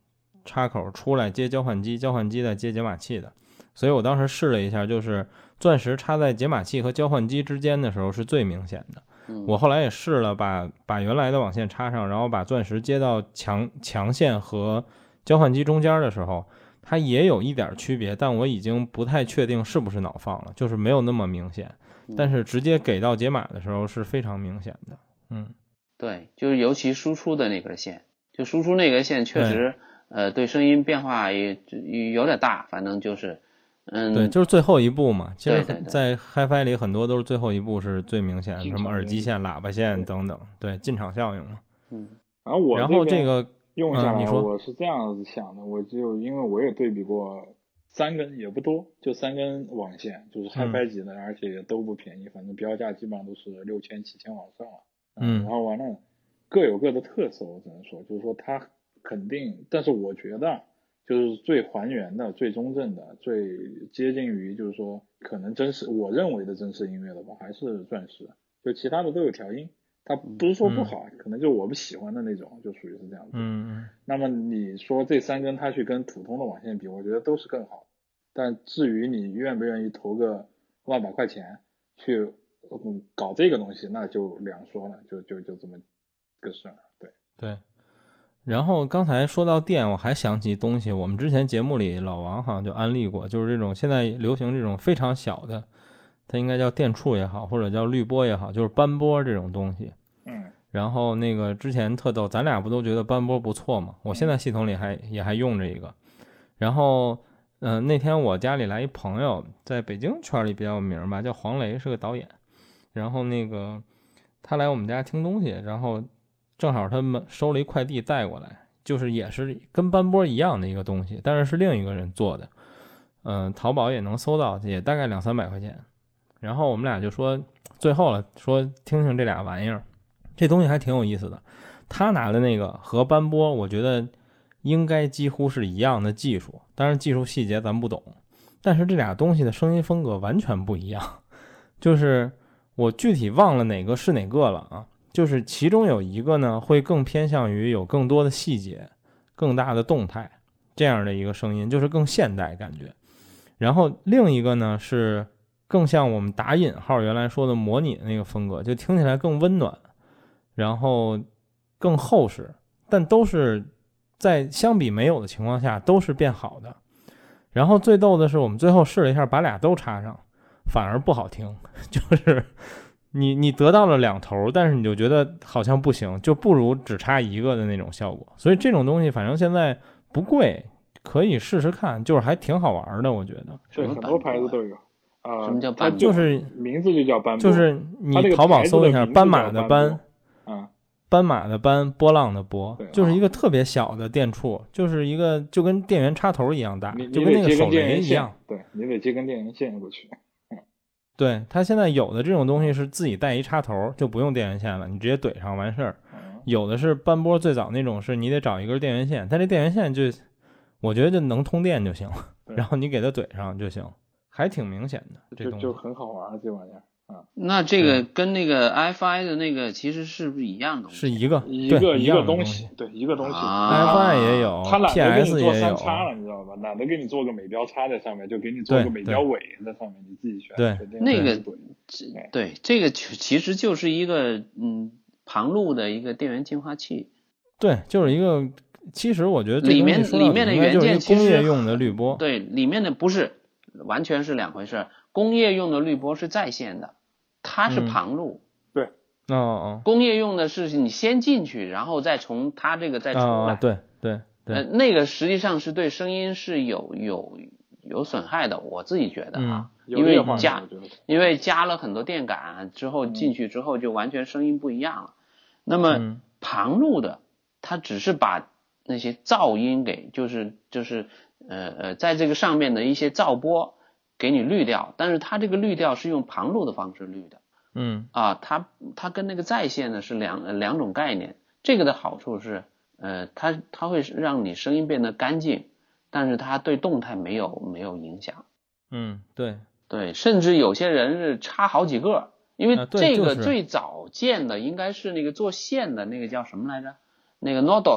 插口出来接交换机，交换机再接解码器的。所以我当时试了一下，就是钻石插在解码器和交换机之间的时候是最明显的。我后来也试了把把原来的网线插上，然后把钻石接到强强线和交换机中间的时候，它也有一点区别，但我已经不太确定是不是脑放了，就是没有那么明显。但是直接给到解码的时候是非常明显的。嗯， 对，就是尤其输出的那根线，就输出那根线确实呃对声音变化也有点大，反正就是嗯， 对，就是最后一步嘛。其实在 Hi-Fi 里很多都是最后一步是最明显的，什么耳机线、喇叭线等等，对，进场效应嘛。 嗯，然后我然后这个用下来， 嗯、 我是这样子想的，我就因为我也对比过三根，也不多，就三根网线，就是 Hi-Fi 级的、嗯，而且也都不便宜，反正标价基本上都是六千、七千往上了。嗯，然后完了，各有各的特色，我只能说，就是说它肯定，但是我觉得就是最还原的、最中正的、最接近于就是说可能真实，我认为的真实音乐的吧，还是钻石，就其他的都有调音。它不是说不好、嗯，可能就我不喜欢的那种，就属于是这样子。 嗯， 那么你说这三根它去跟普通的网线比，我觉得都是更好。但至于你愿不愿意投个万把块钱去嗯搞这个东西，那就两说了，就就就这么个事儿。对对。然后刚才说到电，我还想起东西，我们之前节目里老王好像就安利过，就是这种现在流行这种非常小的。它应该叫电触也好，或者叫滤波也好，就是斑波这种东西。 嗯。 然后那个之前特逗，咱俩不都觉得斑波不错吗？我现在系统里还也还用着一个。然后，嗯、呃，那天我家里来一朋友，在北京圈里比较有名吧，叫黄雷，是个导演。然后那个他来我们家听东西，然后正好他们收了一快递带过来，就是也是跟斑波一样的一个东西，但是是另一个人做的。嗯、呃，淘宝也能搜到，也大概两三百块钱。然后我们俩就说最后了，说听听这俩玩意儿，这东西还挺有意思的。他拿的那个和斑波，我觉得应该几乎是一样的技术，当然技术细节咱不懂。但是这俩东西的声音风格完全不一样，就是我具体忘了哪个是哪个了啊。就是其中有一个呢，会更偏向于有更多的细节、更大的动态这样的一个声音，就是更现代感觉。然后另一个呢是。更像我们打引号原来说的模拟的那个风格，就听起来更温暖，然后更厚实，但都是在相比没有的情况下都是变好的。然后最逗的是我们最后试了一下，把俩都插上，反而不好听，就是你你得到了两头，但是你就觉得好像不行，就不如只插一个的那种效果。所以这种东西反正现在不贵，可以试试看，就是还挺好玩的，我觉得。 对，很多牌子都有。啊、 呃，什么叫斑斑？ 就是名字就叫斑波，就是你淘宝搜一下斑马的斑， 啊， 斑马的斑，波浪的波，就是一个特别小的电触，就是一个就跟电源插头一样大，就跟那个手雷一样。 对，你得接根电源线过去。嗯， 对，它现在有的这种东西是自己带一插头，就不用电源线了，你直接怼上完事儿。有的是斑波最早那种，是你得找一根电源线，但这电源线就我觉得就能通电就行，然后你给它怼上就行。还挺明显的，这就就很好玩这玩意儿啊。 那这个跟那个 F I 的那个其实是不是一样的东西？ 是一个一个一个东西， 对，一个东西。 啊、 F I 也有， 他懒得给你做三叉了，你知道吧？懒得给你做个美标叉在上面，就给你做个美标尾在上面，你自己选。 对， 那个对这个其实就是一个嗯旁路的一个电源净化器。 对，就是一个。其实我觉得这里面里面的元件工业用的滤波， 对，里面的不是。完全是两回事。工业用的滤波是在线的，它是旁路。 嗯、对， 哦哦。 工业用的是你先进去，然后再从它这个再出来。 哦、对对对。 呃，那个实际上是对声音是有有有损害的，我自己觉得啊， 嗯、 因为加因为加了很多电感之后进去之后就完全声音不一样了。嗯、那么旁路的，它只是把那些噪音给就是就是。呃呃，在这个上面的一些噪波给你滤掉，但是它这个滤掉是用旁路的方式滤的， 嗯啊，它它跟那个在线呢是两两种概念。这个的好处是，呃，它它会让你声音变得干净，但是它对动态没有没有影响。 嗯，对对，甚至有些人是插好几个，因为这个就是、 最早见的应该是那个做线的那个叫什么来着？那个 Nordos。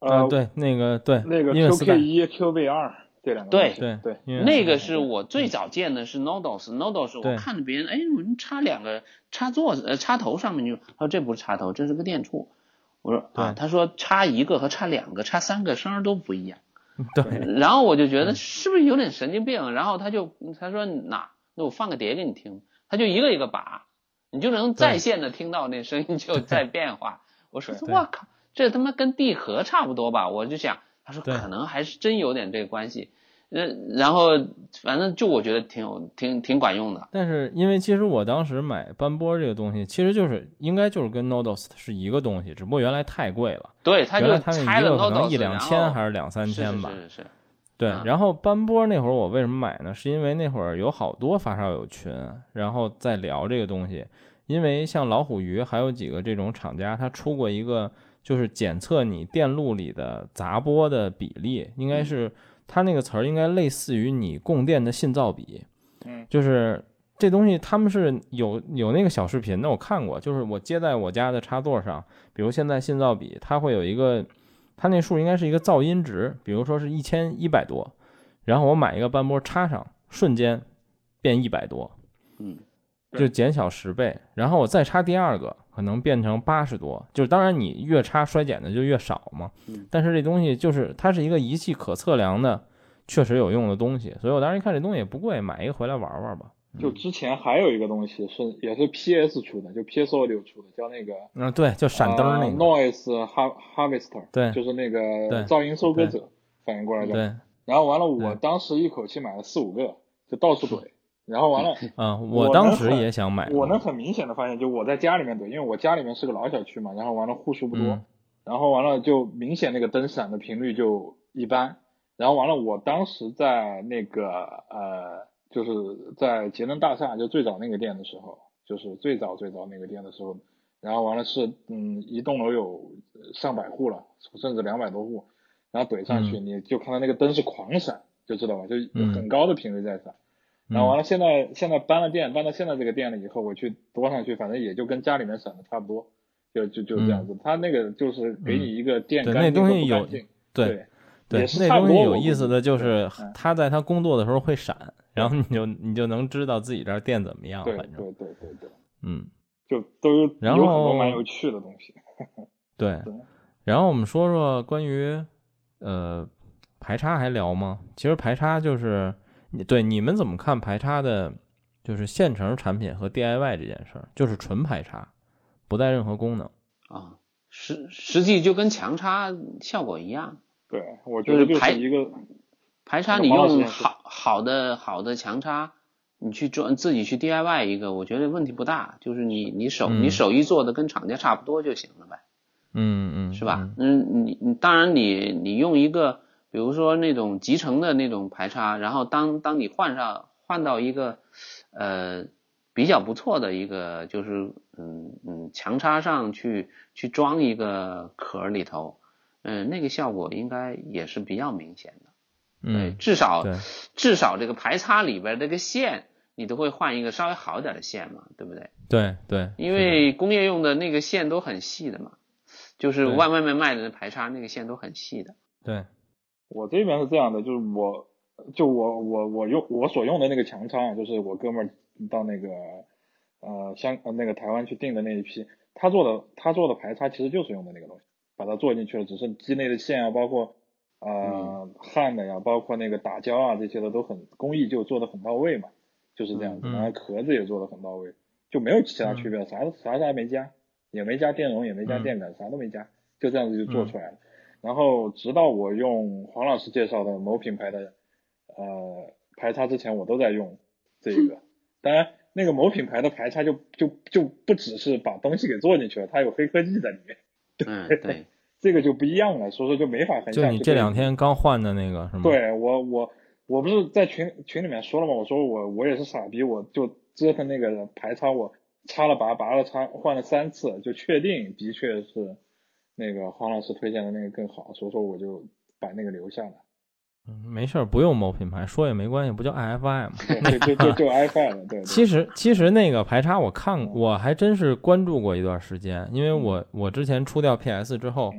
呃， 对，那个对， 那个 Q K 一 Q V 二这两个对对对， 那个是我最早见的是 Nodos，Nodos 我看着别人，哎，我们插两个插座呃插头上面就，他说这不是插头，这是个电触。我说啊，他说插一个和插两个、插三个声都不一样。 对， 然后我就觉得是不是有点神经病？然后他就他说那那我放个碟给你听，他就一个一个拔，你就能在线的听到那声音就在变化。我说哇靠，这他妈跟地壳差不多吧？我就想，他说可能还是真有点这个关系。然后反正就我觉得挺有挺挺管用的。 但是因为其实我当时买斑波这个东西，其实就是应该就是跟 Nodos 是一个东西，只不过原来太贵了。 对，它就原来它那一个可能一两千还是两三千吧。 是是是是。 对，然后斑波那会儿我为什么买呢？是因为那会儿有好多发烧友群，然后在聊这个东西。因为像老虎鱼还有几个这种厂家，他出过一个就是检测你电路里的杂波的比例，应该是。嗯它那个词儿应该类似于你供电的信噪比， 嗯， 就是这东西他们是有有那个小视频的，我看过，就是我接在我家的插座上，比如现在信噪比，它会有一个，它那数应该是一个噪音值，比如说是一千一百多，然后我买一个斑波插上，瞬间变一百多， 嗯， 就减小十倍，然后我再插第二个，可能变成八十多，就是当然你越插衰减的就越少嘛，但是这东西就是它是一个仪器可测量的，确实有用的东西，所以我当时一看这东西也不贵，买一个回来玩玩吧。 就之前还有一个东西是也是 P S 出的，就 P S Audio 出的，叫那个嗯对，就闪灯那个、 呃、Noise Harvester， 对， 就是那个噪音收割者反应过来的。 对， 然后完了，我当时一口气买了四五个，就到处怼。然后完了， 啊、嗯，我当时也想买。 我能很明显的发现，就我在家里面怼，因为我家里面是个老小区嘛，然后完了户数不多， 嗯、 然后完了就明显那个灯闪的频率就一般。然后完了，我当时在那个呃，就是在节能大厦，就最早那个店的时候，就是最早最早那个店的时候，然后完了是嗯，一栋楼有上百户了，甚至两百多户，然后怼上去， 嗯、 你就看到那个灯是狂闪，就知道吧，就很高的频率在闪。 嗯然后完了，现在现在搬了店，搬到现在这个店了以后，我去多上去，反正也就跟家里面闪的差不多，就就就这样子。他、嗯、那个就是给你一个电干净、 嗯、那东西有对对对， 那东西有意思的就是他在他工作的时候会闪，然后你就你就能知道自己这儿电怎么样， 对反正对对对对， 嗯， 就都有然后有很多蛮有趣的东西。 对，然后我们说说关于呃排插还聊吗？其实排插就是。对，你们怎么看排插的，就是现成产品和 D I Y 这件事儿，就是纯排插，不带任何功能啊，实实际就跟强插效果一样。 对，我觉得就是一个排插，你用好好的好的强插，你去装自己去 D I Y 一个，我觉得问题不大，就是你你手、 嗯、 你手艺做的跟厂家差不多就行了呗。 嗯嗯， 是吧？嗯，你你当然你你用一个。比如说那种集成的那种排插，然后当当你换上换到一个呃比较不错的一个就是嗯嗯强插上去去装一个壳里头，嗯那个效果应该也是比较明显的。 嗯， 至少对至少这个排插里边这个线你都会换一个稍微好一点的线嘛，对不对？ 对对， 因为工业用的那个线都很细的嘛，就是外外面卖的排插那个线都很细的。 对。 我这边是这样的，就是我，就我我我用我所用的那个强插啊，就是我哥们儿到那个呃香呃那个台湾去订的那一批，他做的他做的排插其实就是用的那个东西，把它做进去了，只是机内的线啊，包括呃焊的呀，包括那个打胶啊这些的都很工艺就做的很到位嘛，就是这样子，然后壳子也做的很到位，就没有其他区别，啥啥啥没加，也没加电容，也没加电感，啥都没加，就这样子就做出来了。然后直到我用黄老师介绍的某品牌的呃排插之前，我都在用这个。当然，那个某品牌的排插就就就不只是把东西给做进去了，它有黑科技在里面。 嗯，对， 这个就不一样了，所以说就没法横向。 就你这两天刚换的那个是吗？ 对，我我我不是在群群里面说了吗？我说我我也是傻逼，我就折腾那个排插，我插了拔，拔了插，换了三次，就确定的确是。那个黄老师推荐的那个更好，所以说我就把那个留下来。 嗯，没事，不用某品牌，说也没关系，不叫 I F I 吗？ 对，就就就 I F I 了，对, 对。 其实其实那个排插我看，我还真是关注过一段时间，因为我我之前出掉 P S 之后，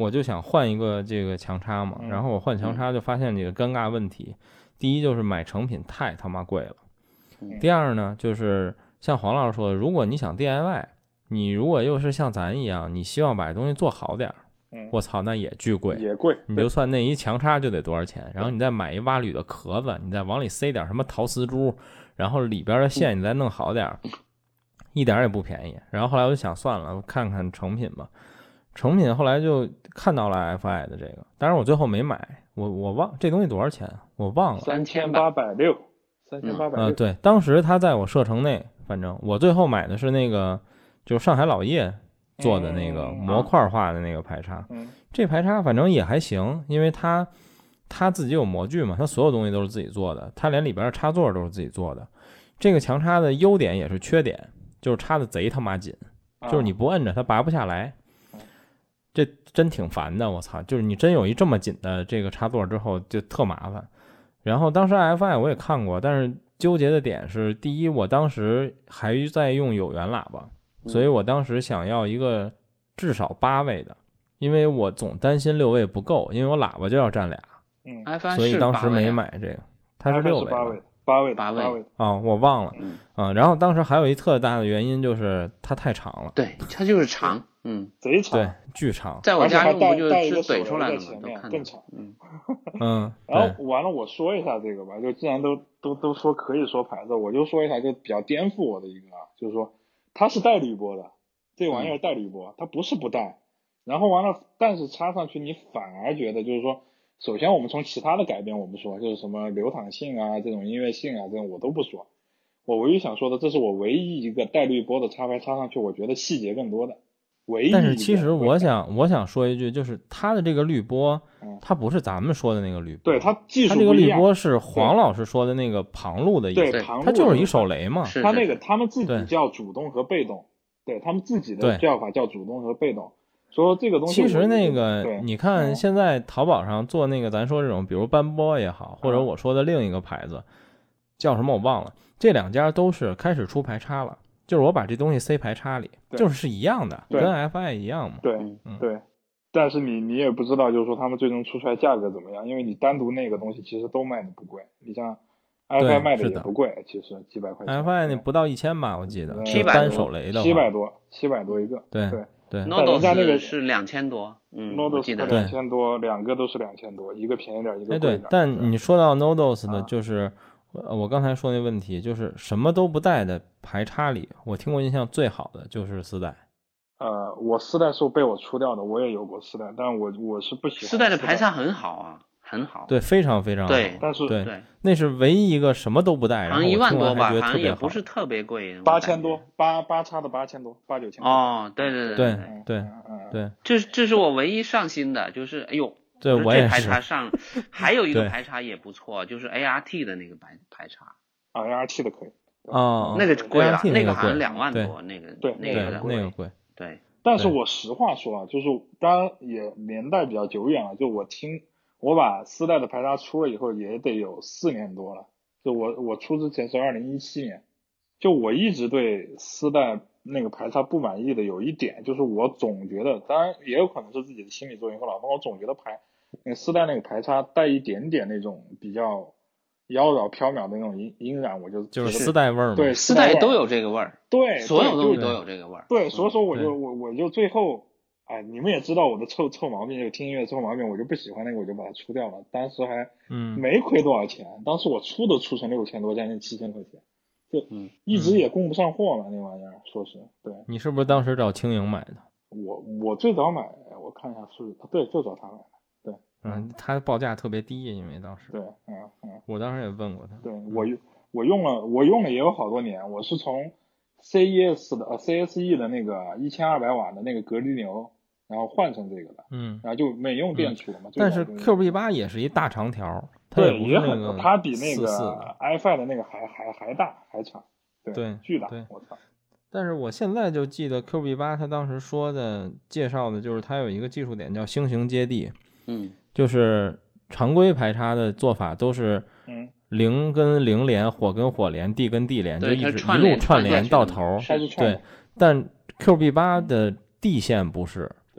我就想换一个这个强插嘛，然后我换强插就发现这个尴尬问题。第一就是买成品太他妈贵了，第二呢就是像黄老师说的，如果你想 D I Y， 你如果又是像咱一样，你希望把东西做好点，我操，那也巨贵， 也贵。 你就算那一强插就得多少钱，然后你再买一挖铝的壳子，你再往里塞点什么陶丝珠，然后里边的线你再弄好点，一点也不便宜。然后后来我就想算了，我看看成品吧。成品后来就看到了 F I 的这个，当然我最后没买，我我忘这东西多少钱我忘了， 三千八百六，三千八百六。 呃，对，当时它在我射程内，反正我最后买的是那个，就是上海老叶做的那个模块化的那个排插， 嗯， 这排插反正也还行，因为它它自己有模具嘛，它所有东西都是自己做的，它连里边的插座都是自己做的。这个强插的优点也是缺点，就是插的贼他妈紧，就是你不摁着它拔不下来。这真挺烦的，我操！就是你真有一这么紧的这个插座之后，就特麻烦。然后当时 F I 我也看过，但是纠结的点是，第一，我当时还在用有源喇叭，所以我当时想要一个至少八位的，因为我总担心六位不够，因为我喇叭就要占俩， 嗯 ，F I 所以当时没买这个。它是六位， 八位，八位， 八位啊、哦，我忘了，嗯、呃，然后当时还有一特大的原因就是它太长了， 对，它就是长。嗯， 贼长， 对，巨长， 在我家用不就是怼出来了吗？ 都看更长， 嗯嗯。 然后完了，我说一下这个吧，就既然都都都说可以说牌子，我就说一下，就比较颠覆我的一个啊，就是说它是带滤波的，这玩意儿带滤波，它不是不带。然后完了，但是插上去你反而觉得就是说，首先我们从其他的改变我不说，就是什么流淌性啊、这种音乐性啊这种我都不说，我唯一想说的，这是我唯一一个带滤波的插排插上去，我觉得细节更多的。 但是其实我想我想说一句，就是它的这个滤波，它不是咱们说的那个滤波， 对，它技术它这个滤波是黄老师说的那个旁路的意思， 对， 它就是一手雷嘛。 它那个他们自己叫主动和被动，对他们自己的叫法叫主动和被动。说这个东西， 其实那个你看现在淘宝上做那个，咱说这种，比如斑波也好，或者我说的另一个牌子叫什么我忘了，这两家都是开始出排插了。就是我把这东西塞排插里，就是是一样的，跟 F I 一样嘛。 对， 嗯、 对。但是你你也不知道，就是说他们最终出出来价格怎么样，因为你单独那个东西其实都卖的不贵，你像 F I 卖的也不贵，其实几百块钱。 F I 那不到一千吧，我记得。 七百单手雷的。 七百多，七百多一个。 对对对。 Nodos 家那个是两千多，嗯 ，Nodos 两千多，两个都是两千多，一个便宜点，一个贵点。 对，但你说到 Nodos 的，就是。呃，我刚才说那问题就是什么都不带的排插里，我听过印象最好的就是丝带。 呃，我丝带是被我出掉的，我也有过丝带，但我我是不喜欢丝带的排插很好啊，很好。 对，非常非常好。 对， 但是对，那是唯一一个什么都不带， 好像一万多吧，好像也不是特别贵， 八千多，八八插的八千多，八九千多。 哦，对对对对对对对， 这这是我唯一上心的，就是哎呦。 对，我也是。 排插上还有一个排插也不错，就是 A R T 的那个排排插。 啊 ，A R T 的可以。 哦， 那个贵了， 那个好像两万多，那个对， 那个那个贵。 对。 但是我实话说啊，就是当然也年代比较久远了，就我听我把丝带的排插出了以后，也得有四年多了。就我我出之前是二零一七年，就我一直对丝带那个排插不满意的有一点，就是我总觉得，当然也有可能是自己的心理作用和老方，我总觉得排那个丝带那个排插带一点点那种比较妖娆缥缈的那种音音染，我就就是丝带味儿嘛。 对， 丝带都有这个味儿。 对， 所有东西都有这个味儿。 对，所以说我就我我就最后，哎，你们也知道我的臭臭毛病，就听音乐臭毛病，我就不喜欢那个，我就把它出掉了。当时还嗯没亏多少钱，当时我出都出成六千多，将近七千块钱，就一直也供不上货了，那玩意儿，说是对。 你是不是当时找青莹买的？ 我我最早买，我看一下是，对，就找他买的。对， 嗯，他报价特别低，因为当时对，嗯嗯， 我当时也问过他， 对我我用了我用了也有好多年，我是从 C E S 的呃 C S E 的那个一千二百瓦的那个隔离牛，然后换成这个的， 嗯， 然后就没用电池了嘛。 嗯、但是 Q B 八也是一大长条， 对， 也很，它比那个 F I 的那个还还还大还长，对， 对巨大， 对， 我操。 但是我现在就记得 Q B 八，他当时说的介绍的就是它有一个技术点叫星形接地， 嗯， 就是常规排插的做法都是零跟零连，火跟火连，地跟地连，就一直一路串联到头。对，但 Q B 八的地线不是， 对，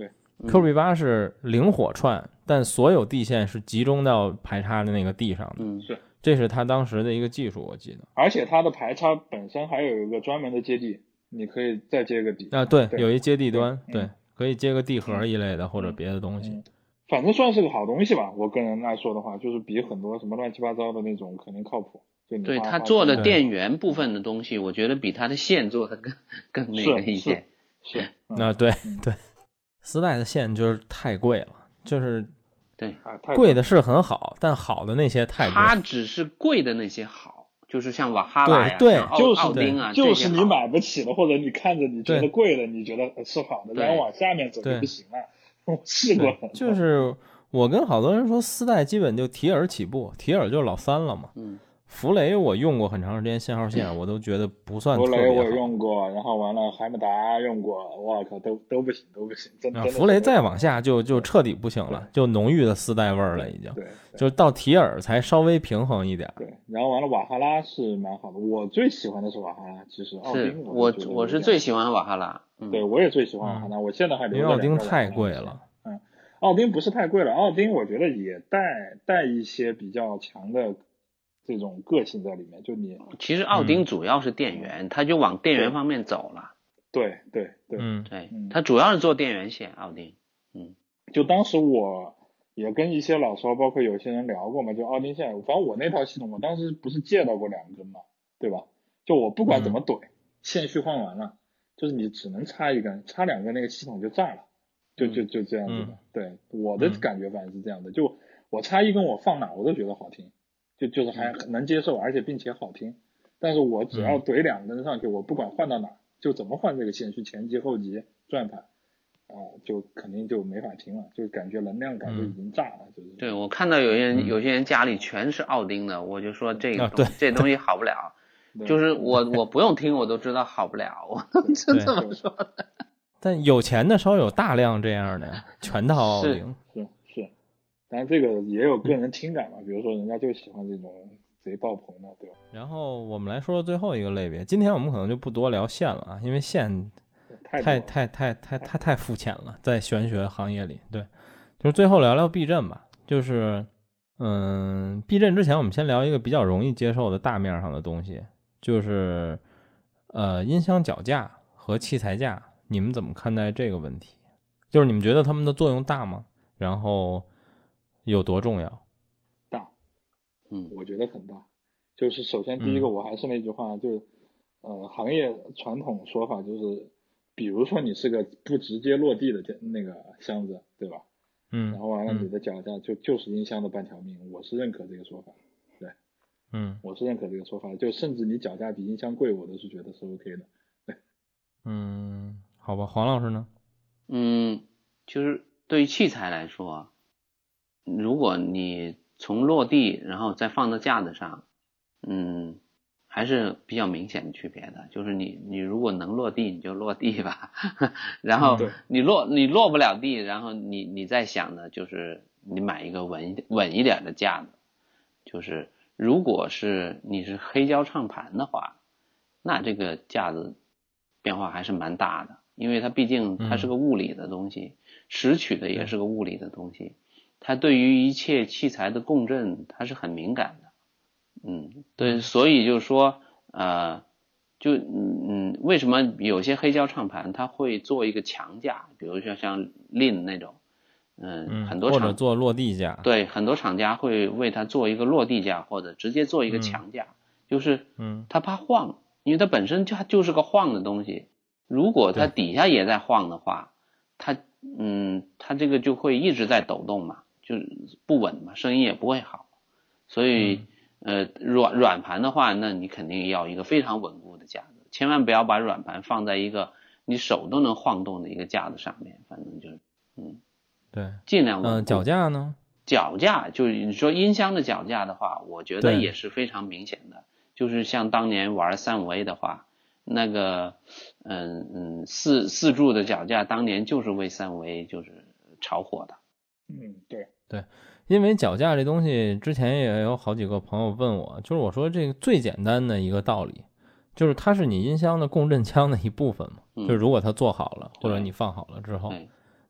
Q B 八是灵活串，但所有地线是集中到排插的那个地上的。 嗯， 是， 这是它当时的一个技术，我记得。 而且它的排插本身还有一个专门的接地，你可以再接个底。 啊，对， 对有一接地端，对， 嗯、 可以接个地核一类的、嗯、或者别的东西。 嗯反正算是个好东西吧，我个人来说的话，就是比很多什么乱七八糟的那种肯定靠谱。就你对他做的电源部分的东西，我觉得比他的线做的更更那个一些。 是，是嗯、啊，对对，丝带的线就是太贵了，就是对贵的是很好，但好的那些太贵。 它只是贵的那些好，就是像瓦哈拉呀， 对， 就是奥丁啊， 就是你买不起的，或者你看着你觉得贵的，你觉得是好的，然后往下面走就不行了。我试过， 就是我跟好多人说，丝带基本就提尔起步，提尔就是老三了嘛。 嗯， 弗雷我用过很长时间信号线，我都觉得不算特别好。 弗雷我用过，然后完了海姆达用过，我靠，都都不行，都不行，真的。 啊，弗雷再往下就就彻底不行了，就浓郁的丝带味儿了，已经。 对， 就到提尔才稍微平衡一点。 对，然后完了瓦哈拉是蛮好的，我最喜欢的是瓦哈拉，其实奥丁我我我是最喜欢瓦哈拉， 嗯、对我也最喜欢瓦哈拉，我现在还留着。 因为奥丁太贵了。 嗯，奥丁不是太贵了，奥丁我觉得也带带一些比较强的这种个性在里面。就你其实奥丁主要是电源，他、嗯、就往电源方面走了。 对对对， 嗯对，他主要是做电源线，奥丁。嗯， 就当时我也跟一些老手，包括有些人聊过嘛，就奥丁线，反正我那套系统，我当时不是借到过两根嘛，对吧？就我不管怎么怼，嗯、线序换完了，就是你只能插一根，插两根那个系统就炸了。就就就这样子的， 嗯、 对我的感觉反正是这样的，就我插一根我放哪我都觉得好听，就就是还能接受，而且并且好听。但是我只要怼两根上去，我不管换到哪，就怎么换这个线序，前级后级转盘啊、呃，就肯定就没法听了，就感觉能量感就已经炸了。就是对，我看到有些人有些人家里全是奥丁的，我就说这个东西、 啊、 这东西好不了，就是我我不用听我都知道好不了，我就这么说的。 但有钱的稍有大量这样的呀，全套奥丁是是是，当然这个也有个人听感嘛，比如说人家就喜欢这种贼爆棚的，对吧？ 然后我们来说说最后一个类别，今天我们可能就不多聊线了啊，因为线太太太太太太太肤浅了，在玄学行业里。对，就是最后聊聊避震吧，就是嗯，避震之前我们先聊一个比较容易接受的大面上的东西，就是呃音箱脚架和器材架。你们怎么看待这个问题？就是你们觉得他们的作用大吗？然后有多重要？ 大，嗯，我觉得很大。就是首先第一个，我还是那句话，嗯、就是呃，行业传统说法就是，比如说你是个不直接落地的那个箱子，对吧？ 嗯。 然后完了，你的脚架就就是音箱的半条命，我是认可这个说法。对， 嗯， 我是认可这个说法，就甚至你脚架比音箱贵，我都是觉得是 OK 的。对， 嗯。好吧，黄老师呢？ 嗯，就是对于器材来说，如果你从落地然后再放到架子上，嗯，还是比较明显的区别的。就是你你如果能落地，你就落地吧，然后你落你落不了地，然后你你再想的就是你买一个稳稳一点的架子。就是如果是你是黑胶唱盘的话，那这个架子变化还是蛮大的。因为它毕竟它是个物理的东西，拾取的也是个物理的东西，它对于一切器材的共振它是很敏感的。嗯，对，所以就是说呃就嗯为什么有些黑胶唱盘它会做一个强架，比如说像 Lin 那种嗯很多厂或者做落地架， 对，很多厂家会为它做一个落地架或者直接做一个强架，嗯、就是嗯它怕晃，因为它本身就就是个晃的东西。如果它底下也在晃的话，它嗯，它这个就会一直在抖动嘛，就不稳嘛，声音也不会好。所以、嗯、呃，软软盘的话，那你肯定要一个非常稳固的架子，千万不要把软盘放在一个你手都能晃动的一个架子上面，反正就是嗯， 对， 尽量稳固。 嗯、呃，脚架呢？ 脚架就是你说音箱的脚架的话，我觉得也是非常明显的，就是像当年玩三五 A 的话。那个，嗯嗯，四四柱的脚架当年就是为三五 A 就是炒火的。 嗯，对对，因为脚架这东西之前也有好几个朋友问我，就是我说这个最简单的一个道理，就是它是你音箱的共振腔的一部分嘛， 嗯、 就是如果它做好了或者你放好了之后， 对， 对，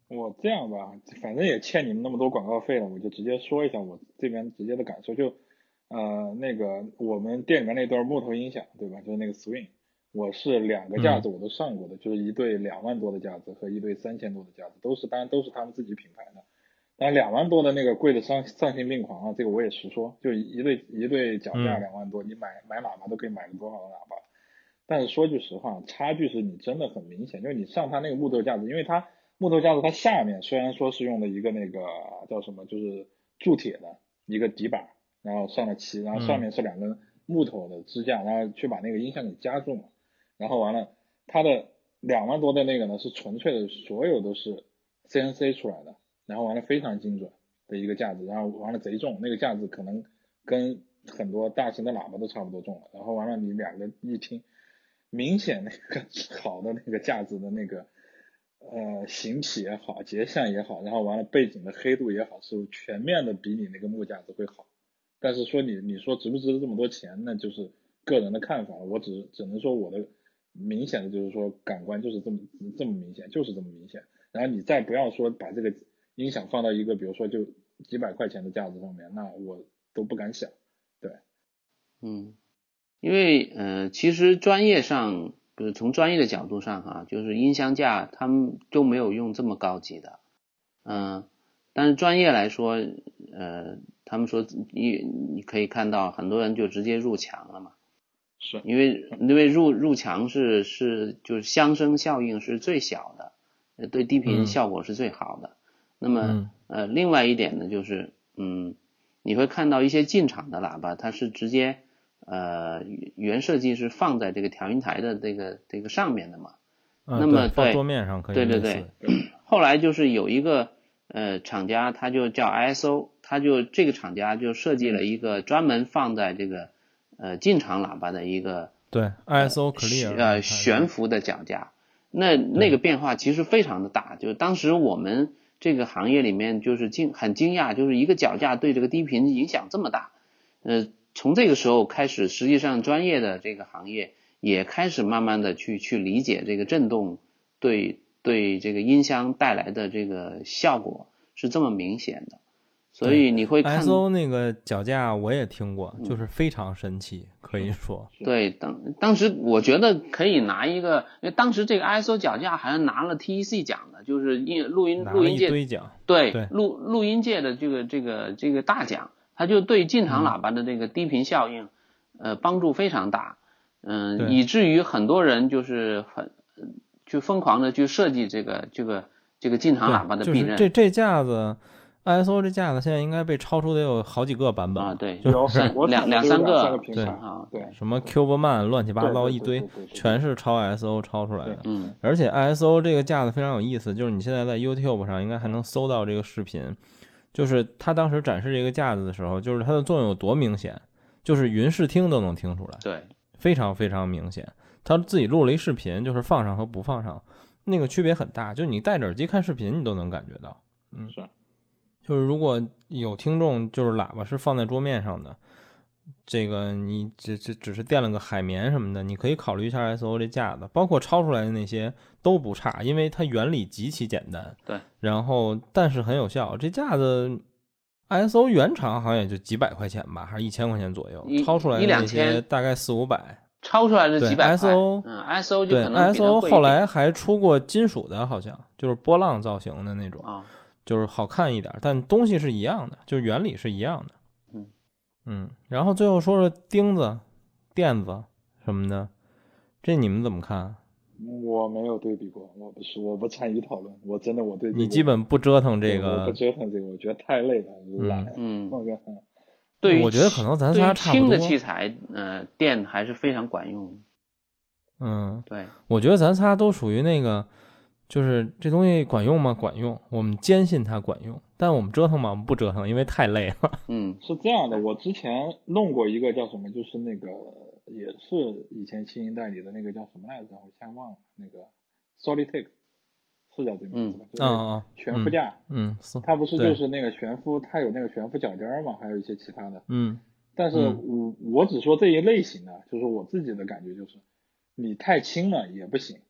我这样吧，反正也欠你们那么多广告费了，我就直接说一下我这边直接的感受。就呃那个我们店里面那对木头音响，对吧？就是那个 Swing， 我是两个架子我都上过的，嗯、就是一对两万多的架子和一对三千多的架子，都是当然都是他们自己品牌的。但两万多的那个贵的丧丧心病狂啊，这个我也实说，就一对一对脚架两万多，嗯、你买买喇叭都可以买个多少个喇叭。但是说句实话，差距是你真的很明显，就是你上它那个木头架子，因为它木头架子它下面虽然说是用的一个那个叫什么，就是铸铁的一个底板，然后上了漆，然后上面是两根木头的支架，然后去把那个音箱给夹住嘛，然后完了它的两万多的那个呢是纯粹的，所有都是 C N C 出来的，然后完了非常精准的一个架子，然后完了贼重，那个架子可能跟很多大型的喇叭都差不多重了，然后完了你两个一听。明显那个好的那个架子的那个呃形体也好，结像也好，然后完了背景的黑度也好，是全面的比你那个木架子会好。但是说你你说值不值得这么多钱，那就是个人的看法，我只只能说我的明显的就是说感官就是这么这么明显，就是这么明显。然后你再不要说把这个音响放到一个比如说就几百块钱的架子上面，那我都不敢想。对， 嗯。因为呃，其实专业上，不是从专业的角度上哈、啊，就是音箱架他们都没有用这么高级的，嗯、呃，但是专业来说，呃，他们说你你可以看到很多人就直接入墙了嘛， 是因为因为入入墙是是就是箱声效应是最小的，对低频效果是最好的。嗯、那么呃，另外一点呢，就是嗯，你会看到一些进场的喇叭，它是直接。呃，原设计是放在这个调音台的这个这个上面的嘛？ 嗯、 那么对，放桌面上可以。 对对对。后来就是有一个呃厂家，他就叫 I S O， 他就这个厂家就设计了一个专门放在这个呃进场喇叭的一个对 I S O Clear 呃悬浮的脚架。那那个变化其实非常的大，就当时我们这个行业里面就是惊很惊讶，就是一个脚架对这个低频影响这么大，呃。从这个时候开始，实际上专业的这个行业也开始慢慢的去去理解这个震动对对这个音箱带来的这个效果是这么明显的，所以你会看 I S O 那个脚架我也听过，就是非常神奇，嗯、可以说。 对，当当时我觉得可以拿一个，因为当时这个 I S O 脚架好像拿了 T E C 奖的，就是音录音录音界堆奖， 对对录录音界的这个这个这个大奖。它就对进场喇叭的这个低频效应，嗯、呃，帮助非常大，嗯、呃，以至于很多人就是很去疯狂的去设计这个这个这个进场喇叭的避震。 就是、这这架子 I S O 这架子现在应该被超出得有好几个版本啊，对， 就是两两三个对啊， 对， 什么 Cubeman 乱七八糟一堆，全是超 I S O 超出来的。嗯，而且 I S O 这个架子非常有意思，就是你现在在 YouTube 上应该还能搜到这个视频。就是他当时展示这个架子的时候，就是它的作用有多明显，就是云视听都能听出来， 对， 非常非常明显。他自己录了一视频，就是放上和不放上，那个区别很大，就是你戴着耳机看视频，你都能感觉到。嗯， 是， 就是如果有听众就是喇叭是放在桌面上的，这个你只只只是垫了个海绵什么的，你可以考虑一下 I S O 这架子，包括超出来的那些都不差，因为它原理极其简单。 对， 然后但是很有效。这架子 I S O 原厂好像也就几百块钱吧，还是一千块钱左右，超出来的那些大概四五百。 超出来的几百块。 I S O， 嗯 ，I S O 就可能对 I S O 后来还出过金属的，好像就是波浪造型的那种， 啊、 就是好看一点，但东西是一样的，就是原理是一样的。 嗯嗯，然后最后说说钉子、垫子什么的，这你们怎么看？ 我没有对比过，我不是，我不参与讨论，我真的我对、这个、 你基本不折腾这个， 我不折腾这个，我觉得太累了，懒。 嗯， 我觉对于我觉得可能咱仨差不多。 轻的器材，呃，电还是非常管用。 嗯， 对， 我觉得咱仨都属于那个，就是这东西管用吗？管用，我们坚信它管用，但我们折腾吗？我们不折腾，因为太累了。 嗯， 是这样的，我之前弄过一个叫什么，就是那个也是以前轻音代理的那个叫什么来着，我现在忘了，那个 Solitech 是叫这个名字吧？ 嗯啊就是悬浮架， 嗯，嗯它不是就是那个悬浮，它有那个悬浮脚尖嘛，还有一些其他的， 嗯， 但是我我只说这一类型的，就是我自己的感觉就是，你太轻了也不行。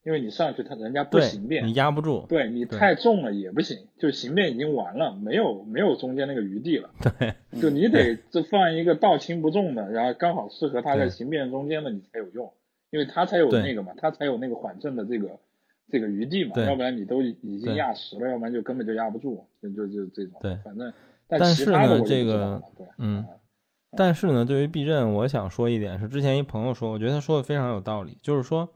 因为你上去他人家不形变， 你压不住， 对你太重了也不行，就形变已经完了，没有没有中间那个余地了。 对， 就你得这放一个道轻不重的，然后刚好适合它在形变中间的，你才有用，因为它才有那个嘛，它才有那个缓震的这个这个余地嘛，要不然你都已经压实了，要不然就根本就压不住，就就就这种。 对， 反正但其他的是呢，这个嗯。但是呢，对于避震，我想说一点是，之前一朋友说，我觉得他说的非常有道理，就是说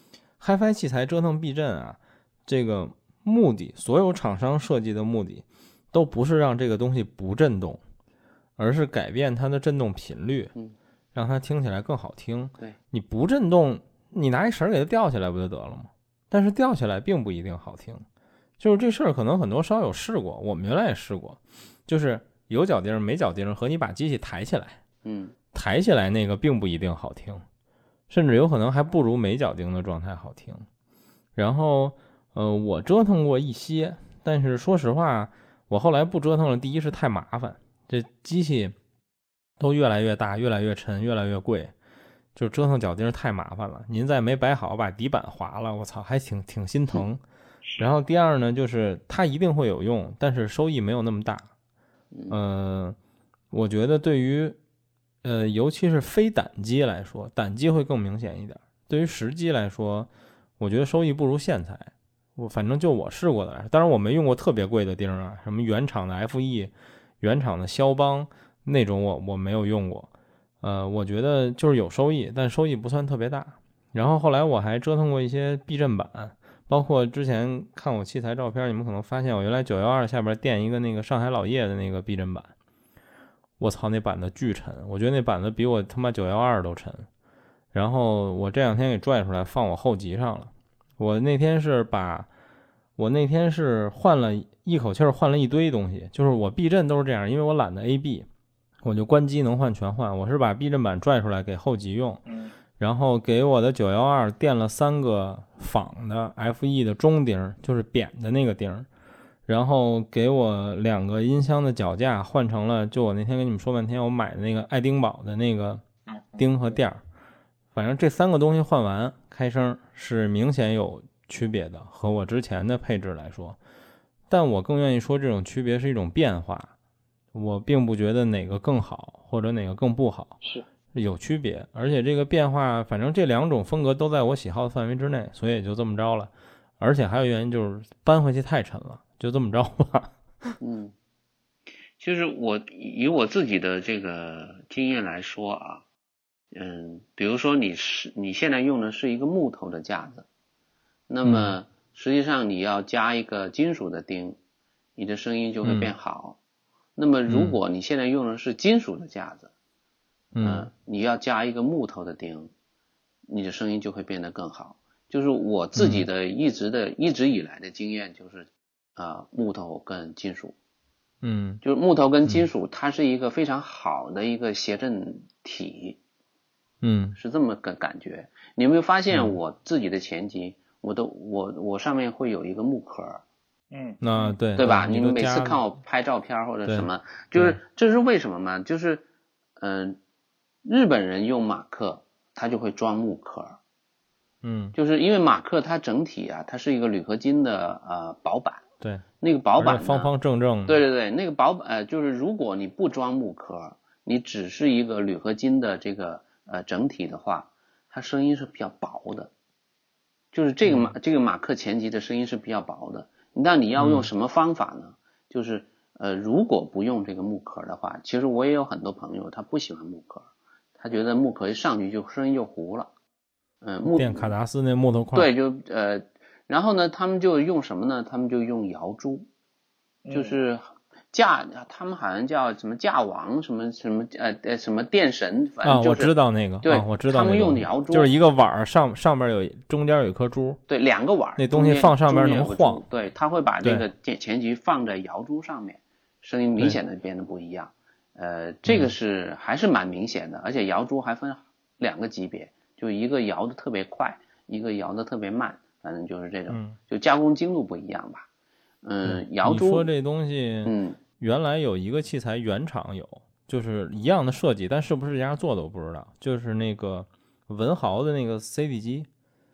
，HiFi 器材折腾避震啊，这个目的，所有厂商设计的目的，都不是让这个东西不震动，而是改变它的震动频率，让它听起来更好听。 对， 你不震动，你拿一绳给它吊起来不就得了吗？但是吊起来并不一定好听，就是这事儿可能很多烧友试过，我们原来也试过，就是。有脚钉没脚钉和你把机器抬起来， 嗯， 抬起来那个并不一定好听，甚至有可能还不如没脚钉的状态好听。然后，呃，我折腾过一些，但是说实话，我后来不折腾了。第一是太麻烦，这机器都越来越大、越来越沉、越来越贵，就折腾脚钉太麻烦了。您再没摆好，把底板划了，我操，还挺挺心疼。然后第二呢，就是它一定会有用，但是收益没有那么大。嗯、呃，我觉得对于呃，尤其是非胆机来说，胆机会更明显一点。对于实机来说，我觉得收益不如线材。我反正就我试过的，当然我没用过特别贵的钉啊，什么原厂的 F E、原厂的肖邦那种我我没有用过。呃，我觉得就是有收益，但收益不算特别大。然后后来我还折腾过一些避震板。包括之前看我器材照片，你们可能发现我原来九一二下边垫一个那个上海老叶的那个避震板，我操，那板子巨沉，我觉得那板子比我他妈九一二都沉。然后我这两天给拽出来放我后级上了。我那天是把，我那天是换了一口气换了一堆东西，就是我避震都是这样，因为我懒得 A B， 我就关机能换全换。我是把避震板拽出来给后级用。然后给我的九一二垫了三个仿的 F E 的中钉，就是扁的那个钉，然后给我两个音箱的脚架换成了，就我那天跟你们说半天，我买的那个爱丁堡的那个钉和垫，反正这三个东西换完，开声是明显有区别的，和我之前的配置来说，但我更愿意说这种区别是一种变化，我并不觉得哪个更好或者哪个更不好。 是。 有区别，而且这个变化，反正这两种风格都在我喜好的范围之内，所以也就这么着了。而且还有原因就是搬回去太沉了，就这么着吧。 嗯，其实我以我自己的这个经验来说啊，嗯，比如说你是你现在用的是一个木头的架子，那么实际上你要加一个金属的钉，你的声音就会变好。嗯、那么如果你现在用的是金属的架子，嗯、呃，你要加一个木头的钉，你的声音就会变得更好。就是我自己的一直的、嗯、一直以来的经验就是啊、呃，木头跟金属， 嗯， 就是木头跟金属，它是一个非常好的一个谐振体， 嗯， 是这么个感觉。你有没有发现我自己的前级，嗯、我都我我上面会有一个木壳， 嗯， 那对对吧？你每次看我拍照片或者什么，就是这是为什么嘛？就是嗯。呃日本人用马克，他就会装木壳， 嗯， 就是因为马克它整体啊，它是一个铝合金的呃薄板， 对， 那个薄板方方正正的， 对对对，那个薄板呃，就是如果你不装木壳，你只是一个铝合金的这个呃整体的话，它声音是比较薄的，就是这个马、嗯、这个马克前级的声音是比较薄的。那你要用什么方法呢？嗯、就是呃，如果不用这个木壳的话，其实我也有很多朋友他不喜欢木壳。他觉得木壳一上去就声音就糊了，嗯，木电卡达斯那木头块， 对，就呃，然后呢，他们就用什么呢？他们就用摇珠，就是架，他们好像叫什么架王，什么什么呃呃什么电神，反正就是、 啊、我知道那个， 对， 啊、我知道、那个、 他们用摇珠， 就是一个碗上上边有中间有一颗珠， 对，两个碗， 那东西放上边能晃， 对，他会把这个前级放在摇珠上面，声音明显的变得不一样。呃，这个是还是蛮明显的，而且摇珠还分两个级别，就一个摇的特别快，一个摇的特别慢，反正就是这种， 嗯、 就加工精度不一样吧。嗯，摇珠， 你说这东西， 嗯， 原来有一个器材原厂有，就是一样的设计，但是不是这样做的我不知道，就是那个文豪的那个 C D 机，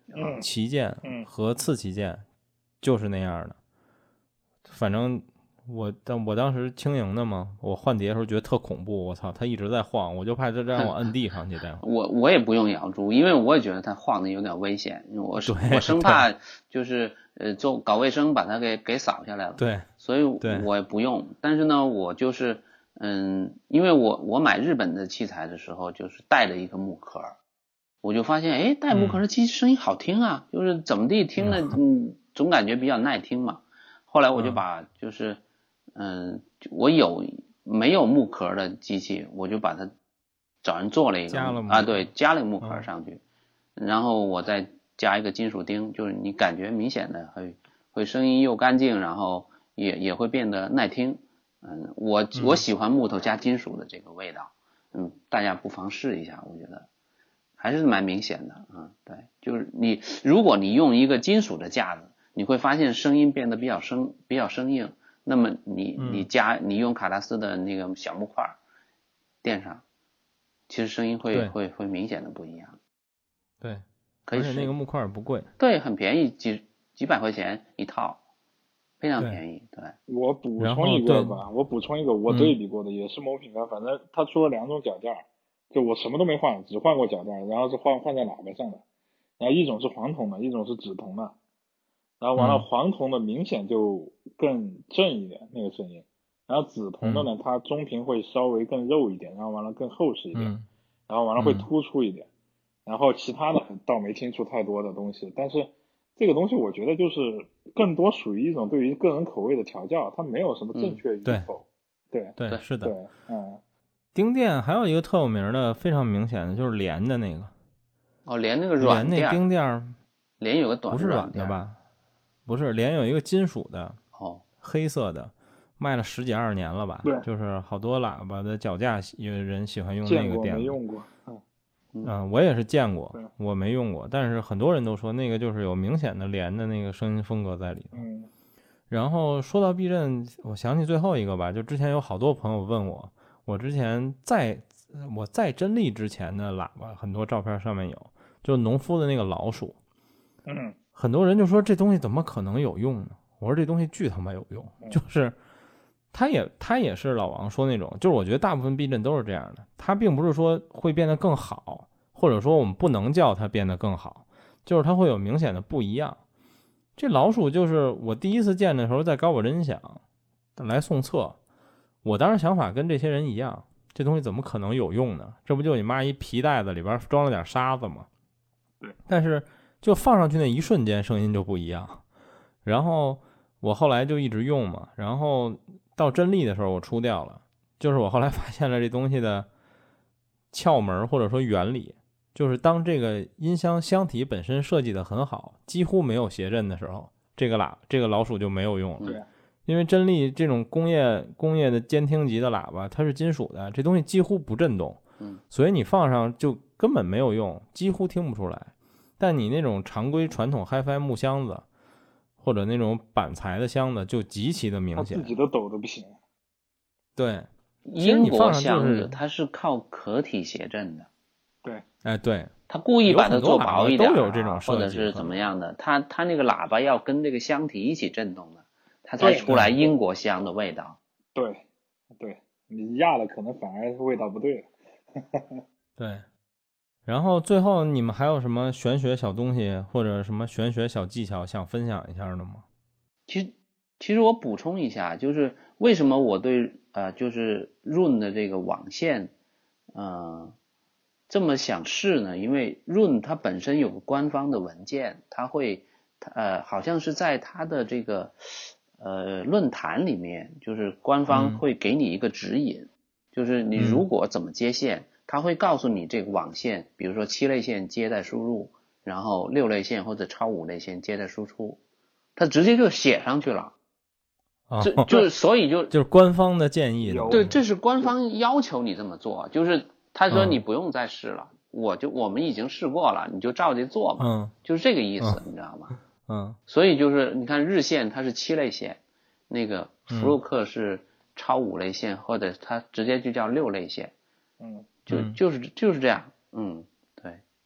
旗舰和次旗舰就是那样的。反正我当我当时轻盈的嘛，我换碟的时候觉得特恐怖，我操，它一直在晃，我就怕这让我摁地上去。待会儿我我也不用咬住，因为我也觉得它晃的有点危险，我我生怕就是呃做搞卫生把它给给扫下来了。 对， 所以我也不用。但是呢，我就是嗯，因为我我买日本的器材的时候，就是带了一个木壳，我就发现哎，带木壳的机器声音好听啊，嗯、就是怎么地听的嗯，总感觉比较耐听嘛。后来我就把就是嗯，我有没有木壳的机器，我就把它找人做了一个加了啊，对，加了个木壳上去，嗯、然后我再加一个金属钉，就是你感觉明显的会会声音又干净，然后也也会变得耐听。嗯，我我喜欢木头加金属的这个味道，嗯，大家不妨试一下，我觉得还是蛮明显的啊、嗯。对，就是你如果你用一个金属的架子，你会发现声音变得比较生比较生硬。那么你你加你用卡拉斯的那个小木块垫上，其实声音会会会明显的不一样。 对， 可以而且那个木块不贵。 对，很便宜，几几百块钱一套，非常便宜。对， 对我补充一个吧，我补充一个我对比过的，嗯、也是某品牌，反正它出了两种脚架，就我什么都没换，只换过脚架，然后是换换在喇叭上的，然后一种是黄铜的，一种是紫铜的。然后完了，黄铜的明显就更正一点那个声音，然后紫铜的呢，它中频会稍微更肉一点，然后完了更厚实一点， 嗯、 然后完了会突出一点，嗯、然后其他的倒没听出太多的东西，但是这个东西我觉得就是更多属于一种对于个人口味的调教，它没有什么正确与否。嗯、对对对，是的。 对，嗯。 丁店还有一个特有名的，非常明显的就是连的那个。 哦，连那个软垫。连那丁店， 连有个短不是软的吧？不是，连有一个金属的， 哦， 黑色的，卖了十几二十年了吧？ 对， 就是好多喇叭的脚架，有人喜欢用那个垫。 没用过， 嗯，嗯，我也是见过，我没用过，但是很多人都说那个就是有明显的连的那个声音风格在里头。 嗯， 然后说到避震，我想起最后一个吧，就之前有好多朋友问我，我之前在我在真力之前的喇叭，很多照片上面有，就农夫的那个老鼠， 嗯。 很多人就说这东西怎么可能有用呢？我说这东西巨他妈有用，就是它也它也是老王说那种，就是我觉得大部分避震都是这样的，它并不是说会变得更好，或者说我们不能叫它变得更好，就是它会有明显的不一样。这老鼠就是我第一次见的时候在高保真响来送测，我当时想法跟这些人一样，这东西怎么可能有用呢？这不就你妈一皮袋子里边装了点沙子吗？ 对， 但是就放上去那一瞬间声音就不一样，然后我后来就一直用嘛，然后到真力的时候我出掉了，就是我后来发现了这东西的窍门或者说原理，就是当这个音箱箱体本身设计的很好，几乎没有谐振的时候，这个喇这个老鼠就没有用了。 对， 因为真力这种工业工业的监听级的喇叭它是金属的，这东西几乎不震动，所以你放上就根本没有用，几乎听不出来。但你那种常规传统 Hi-Fi 木箱子或者那种板材的箱子就极其的明显， 它自己都抖的不行。 对， 英国箱子它是靠壳体谐振的。 对， 哎对， 他故意把它做薄一点、啊， 都有这种设计， 或者是怎么样的，他他那个喇叭要跟这个箱体一起震动的，它才出来英国箱的味道。 对，对，你压了可能反而味道不对了。 对。然后最后你们还有什么玄学小东西或者什么玄学小技巧想分享一下的吗？ 其实其实我补充一下，就是为什么我对呃就是润的这个网线呃这么想试呢？因为润它本身有个官方的文件，它会呃好像是在它的这个呃论坛里面，就是官方会给你一个指引，嗯、就是你如果怎么接线。它会告诉你这个网线，比如说七类线接在输入，然后六类线或者超五类线接在输出，它直接就写上去了。 哦、 这就是所以就就是官方的建议的。 对，这是官方要求你这么做，就是他说你不用再试了，嗯、我就我们已经试过了，你就照着做嘛， 嗯， 就是这个意思， 嗯、 你知道吗？ 嗯， 所以就是你看日线它是七类线，那个福禄克是超五类线，嗯、或者它直接就叫六类线， 嗯。 就就是就是这样，嗯，对，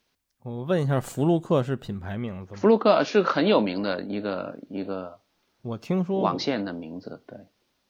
我问一下，福禄克是品牌名字吗？ 福禄克是很有名的一个一个， 我听说网线的名字，对。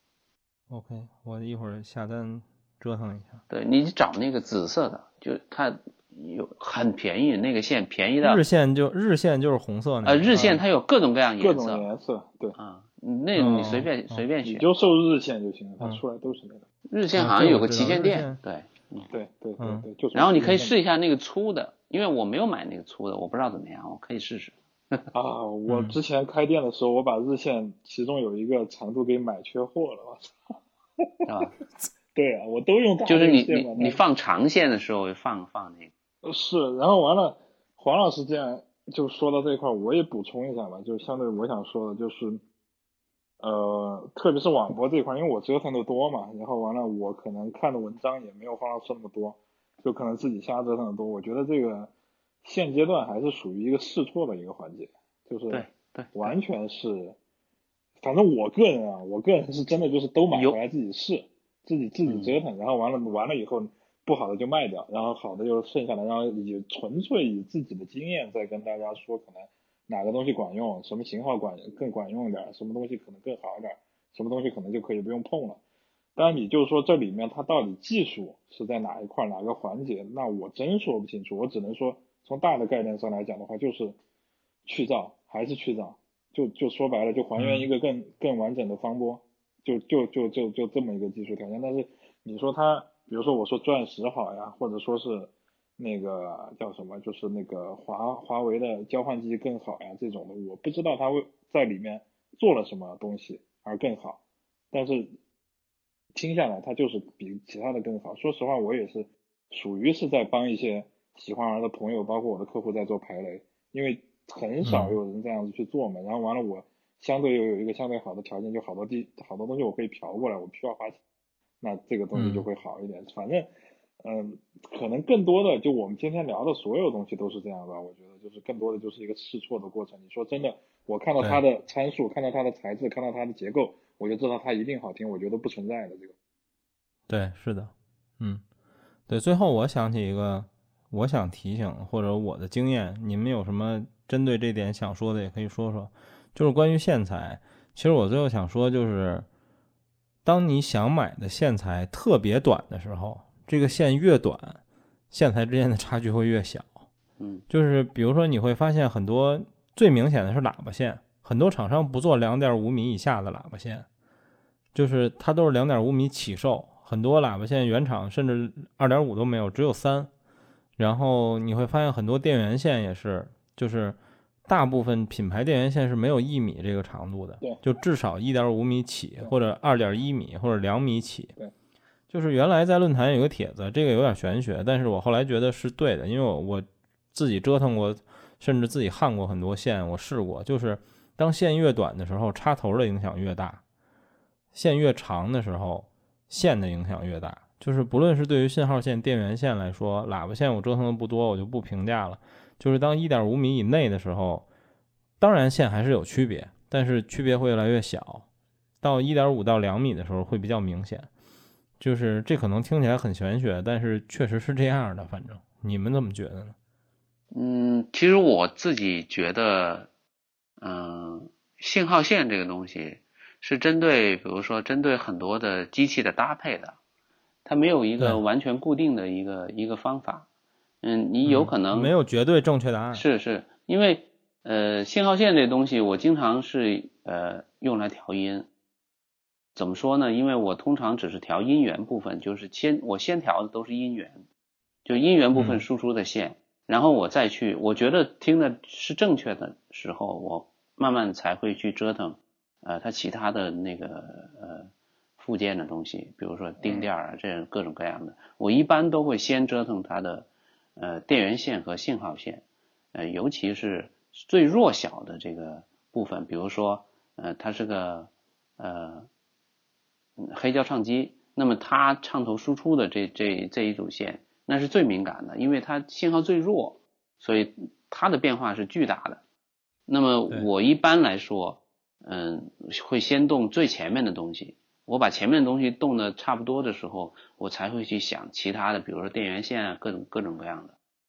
OK， 我一会儿下单折腾一下。 对，你找那个紫色的，就它有很便宜，那个线便宜的。 日线就日线就是红色那个。 呃，日线它有各种各样颜色，各种颜色，对。 啊，那你随便、 嗯、 随便选， 你就搜日线就行了，它出来都是那个。 日线好像有个旗舰店，对， 嗯，对对对对， 就然后你可以试一下那个粗的，因为我没有买那个粗的，我不知道怎么样，我可以试试。 啊，我之前开店的时候，我把日线其中有一个长度给买缺货了，我操！ 啊， 对啊，我都用大就是你你你放长线的时候放放那个。是，然后完了，黄老师这样就说到这一块，我也补充一下吧，就相对我想说的就是，呃，特别是网播这一块，因为我折腾的多嘛，然后完了我可能看的文章也没有黄老师那么多，就可能自己瞎折腾的多。我觉得这个现阶段还是属于一个试错的一个环节，就是对对， 完全是，反正我个人啊，我个人是真的就是都买回来自己试，自己自己折腾，然后完了完了以后不好的就卖掉，然后好的就剩下来，然后以纯粹以自己的经验再跟大家说，可能哪个东西管用，什么型号管更管用一点，什么东西可能更好一点，什么东西可能就可以不用碰了。当然你就是说这里面它到底技术是在哪一块哪个环节，那我真说不清楚，我只能说从大的概念上来讲的话，就是去噪还是去噪，就就说白了就还原一个更、嗯、更完整的方波，就就就就就这么一个技术条件。但是你说它比如说我说钻石好呀，或者说是那个叫什么，就是那个华华为的交换机更好呀这种的，我不知道它在里面做了什么东西而更好，但是听下来它就是比其他的更好。说实话我也是属于是在帮一些喜欢玩的朋友包括我的客户在做排雷，因为很少有人这样子去做嘛、嗯、然后完了我相对又有一个相对好的条件，就好多地好多东西我可以调过来，我不需要花钱，那这个东西就会好一点、嗯、反正嗯，可能更多的就我们今天聊的所有东西都是这样吧，我觉得就是更多的就是一个试错的过程。你说真的，我看到它的参数，看到它的材质，看到它的结构，我就知道它一定好听，我觉得不存在的这个。 对，是的，嗯，对。最后我想起一个，我想提醒或者我的经验，你们有什么针对这点想说的也可以说说。就是关于线材，其实我最后想说就是，当你想买的线材特别短的时候，这个线越短，线材之间的差距会越小。 嗯， 就是比如说你会发现很多最明显的是喇叭线，很多厂商不做 两点五 米以下的喇叭线，就是它都是 两点五 米起售，很多喇叭线原厂甚至 二点五 都没有，只有三。然后你会发现很多电源线也是，就是大部分品牌电源线是没有一米这个长度的，就至少 一点五 米起，或者 二点一 米或者两米起。 对， 就是原来在论坛有个帖子，这个有点玄学，但是我后来觉得是对的，因为我我自己折腾过，甚至自己焊过很多线，我试过，就是当线越短的时候，插头的影响越大；线越长的时候，线的影响越大。就是不论是对于信号线、电源线来说，喇叭线我折腾的不多，我就不评价了。就是当 一点五 米以内的时候，当然线还是有区别，但是区别会越来越小。到 一点五 到两米的时候会比较明显。就是这可能听起来很玄学，但是确实是这样的。反正你们怎么觉得呢？ 嗯，其实我自己觉得，嗯，信号线这个东西是针对，比如说针对很多的机器的搭配的。它没有一个完全固定的一个一个方法，嗯，你有可能、 嗯、没有绝对正确答案， 是是，因为呃信号线这东西我经常是呃用来调音，怎么说呢？因为我通常只是调音源部分，就是先我先调的都是音源，就音源部分输出的线，嗯、然后我再去，我觉得听的是正确的时候，我慢慢才会去折腾呃它其他的那个呃。附件的东西，比如说钉垫啊，这样各种各样的，我一般都会先折腾它的呃电源线和信号线，呃尤其是最弱小的这个部分，比如说呃它是个呃黑胶唱机，那么它唱头输出的这这这一组线，那是最敏感的，因为它信号最弱，所以它的变化是巨大的。那么我一般来说，嗯，会先动最前面的东西。我把前面的东西动的差不多的时候，我才会去想其他的，比如说电源线啊，各种各种各样的。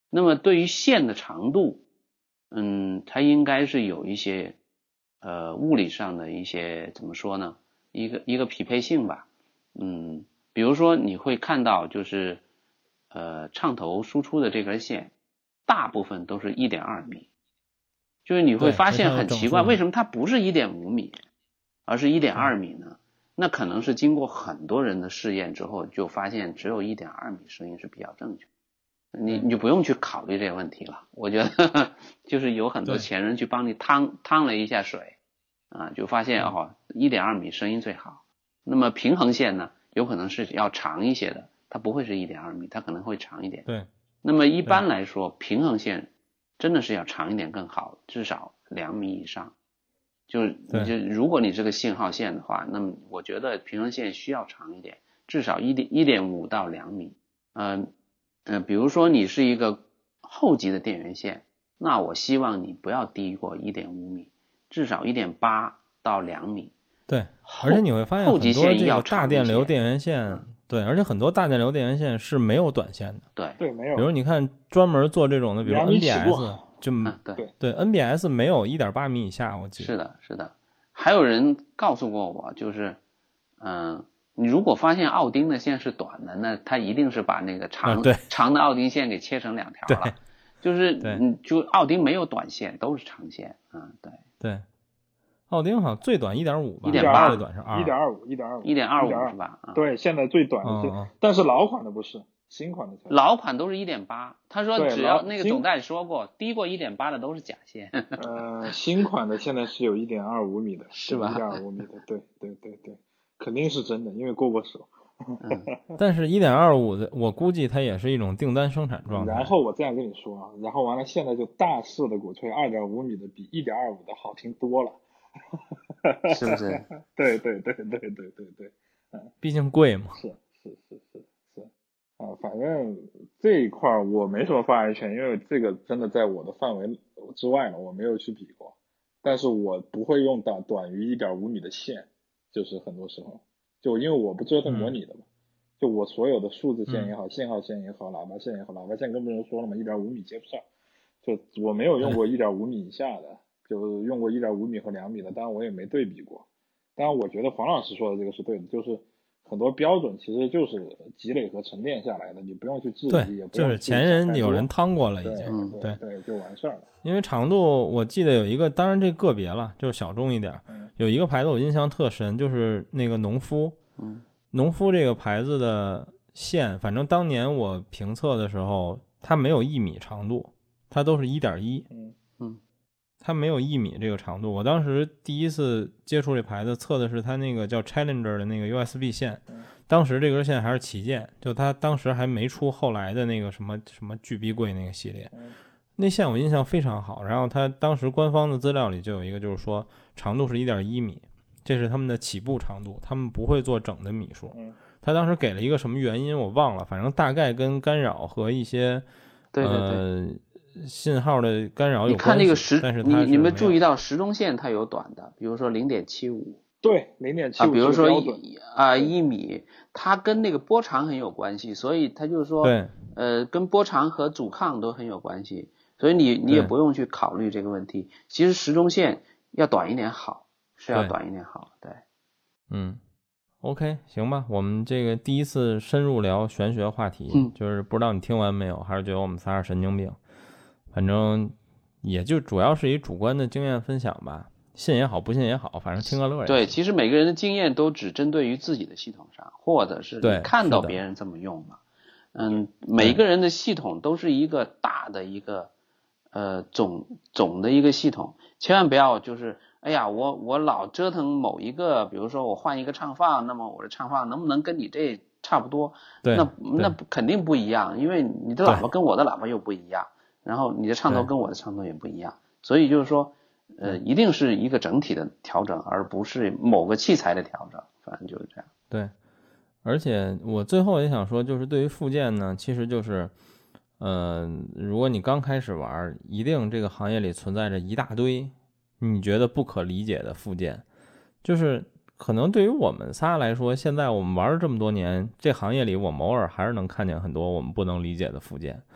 那么对于线的长度，嗯，它应该是有一些呃物理上的一些怎么说呢？一个一个匹配性吧。嗯，比如说你会看到就是呃唱头输出的这根线，大部分都是 一点二米，就是你会发现很奇怪，为什么它不是 一点五米，而是 一点二米呢？那可能是经过很多人的试验之后，就发现只有 一点二米声音是比较正确。你你就不用去考虑这个问题了，我觉得呵呵就是有很多前人去帮你趟趟了一下水啊，就发现哦 一点二米声音最好。那么平衡线呢，有可能是要长一些的，它不会是 一点二米，它可能会长一点。 对。 那么一般来说，平衡线真的是要长一点更好，至少两米以上。就是就如果你这个信号线的话，那么我觉得平衡线需要长一点，至少一点一点五到两米。嗯、呃。呃，比如说你是一个后级的电源线，那我希望你不要低过 一点五米，至少 一点八到两米。 对，而且你会发现很多这个大电流电源线， 嗯、 对，而且很多大电流电源线是没有短线的。 对对，没有。 比如你看专门做这种的，比如 N B S 就、 嗯、对对 N B S 没有 一点八米以下，我记得。 是的，是的。还有人告诉过我，就是嗯。呃你如果发现奥丁的线是短的，那他一定是把那个长、 啊、 长的奥丁线给切成两条了。就是嗯，就奥丁没有短线，都是长线。嗯，对对。奥丁好像最短 一点五 吧 ， 一点八， 最短是二一点二五 一点二五一点二五是吧？ 对，现在最短的是、 嗯， 但是老款的不是，新款的才。 老款都是 一点八， 他说只要那个总代理说过，低过 一点八 的都是假线。 呃，新款的现在是有 一点二五 米的， 是吧 ？一点二五 米的，对对对对。肯定是真的，因为过过手。 嗯、 但是 一点二五 的，我估计它也是一种订单生产状态。 然后我这样跟你说啊，然后完了，现在就大肆的鼓吹 二点五 米的比 一点二五 的好听多了， 是不是？ 对对对对对对对，嗯， 毕竟贵嘛。 是是是是是啊，反正这一块我没什么发言权，因为这个真的在我的范围之外了，我没有去比过。但是我不会用到短于 一点五 米的线。就是很多时候，就因为我不折腾模拟的嘛，嗯、就我所有的数字线也好、嗯、信号线也好、喇叭线也好，喇叭线更不能说了嘛 ，一点五 米接不上，就我没有用过 一点五 米以下的，就用过 一点五 米和两米的，当然我也没对比过。当然我觉得黄老师说的这个是对的，就是很多标准其实就是积累和沉淀下来的，你不用去质疑，也不用就是前人有人趟过了已经， 对 对, 对, 对，就完事儿了。 因为长度我记得有一个，当然这个别了，就是小众一点。 嗯、 有一个牌子我印象特深，就是那个农夫。 嗯， 农夫这个牌子的线，反正当年我评测的时候，它没有一米长度，它都是 一点一。 嗯嗯， 它没有一米这个长度。我当时第一次接触这牌子，测的是它那个叫 Challenger 的那个 U S B 线。 嗯、 当时这根线还是旗舰，就它当时还没出后来的那个什么什么巨逼贵那个系列。 嗯那线我印象非常好，然后它当时官方的资料里就有一个，就是说长度是 一点一米，这是他们的起步长度，他们不会做整的米数。他当时给了一个什么原因我忘了，反正大概跟干扰和一些对对对呃信号的干扰有关系。 你看那个时， 但是你你们注意到时钟线它有短的，比如说 零点七五。 对 零点七五啊，比如说啊一米，它跟那个波长很有关系，所以它就是说对呃跟波长和阻抗都很有关系。所以你你也不用去考虑这个问题。其实时钟线要短一点好，是要短一点好。对， 嗯 ，OK， 行吧，我们这个第一次深入聊玄学话题， 嗯、 就是不知道你听完没有，还是觉得我们仨是神经病？反正也就主要是以主观的经验分享吧，信也好，不信也好，反正听个乐也。 对，其实每个人的经验都只针对于自己的系统上，或者是你看到别人这么用嘛。嗯，每个人的系统都是一个大的一个。呃，总总的一个系统，千万不要就是，哎呀，我我老折腾某一个，比如说我换一个唱放，那么我的唱放能不能跟你这差不多？ 对， 那那肯定不一样，因为你的喇叭跟我的喇叭又不一样，然后你的唱头跟我的唱头也不一样，所以就是说，呃，一定是一个整体的调整，而不是某个器材的调整，反正就是这样。 对，而且我最后也想说，就是对于附件呢，其实就是。呃，如果你刚开始玩，一定这个行业里存在着一大堆你觉得不可理解的附件，就是可能对于我们仨来说，现在我们玩了这么多年，这行业里我们偶尔还是能看见很多我们不能理解的附件，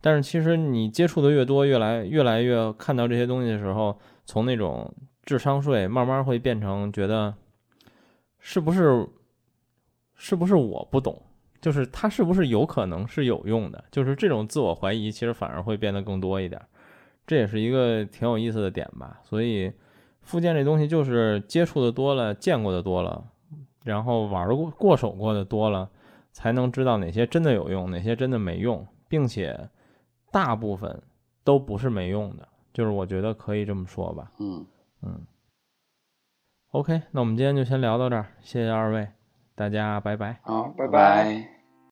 但是其实你接触的越多，越来越来越看到这些东西的时候，从那种智商税慢慢会变成觉得是不是是不是我不懂，就是它是不是有可能是有用的，就是这种自我怀疑其实反而会变得更多一点，这也是一个挺有意思的点吧。所以复健这东西就是接触的多了，见过的多了，然后玩过过手过的多了，才能知道哪些真的有用，哪些真的没用，并且大部分都不是没用的，就是我觉得可以这么说吧。 嗯嗯 OK， 那我们今天就先聊到这儿，谢谢二位，大家拜拜。 好， 拜拜拜拜。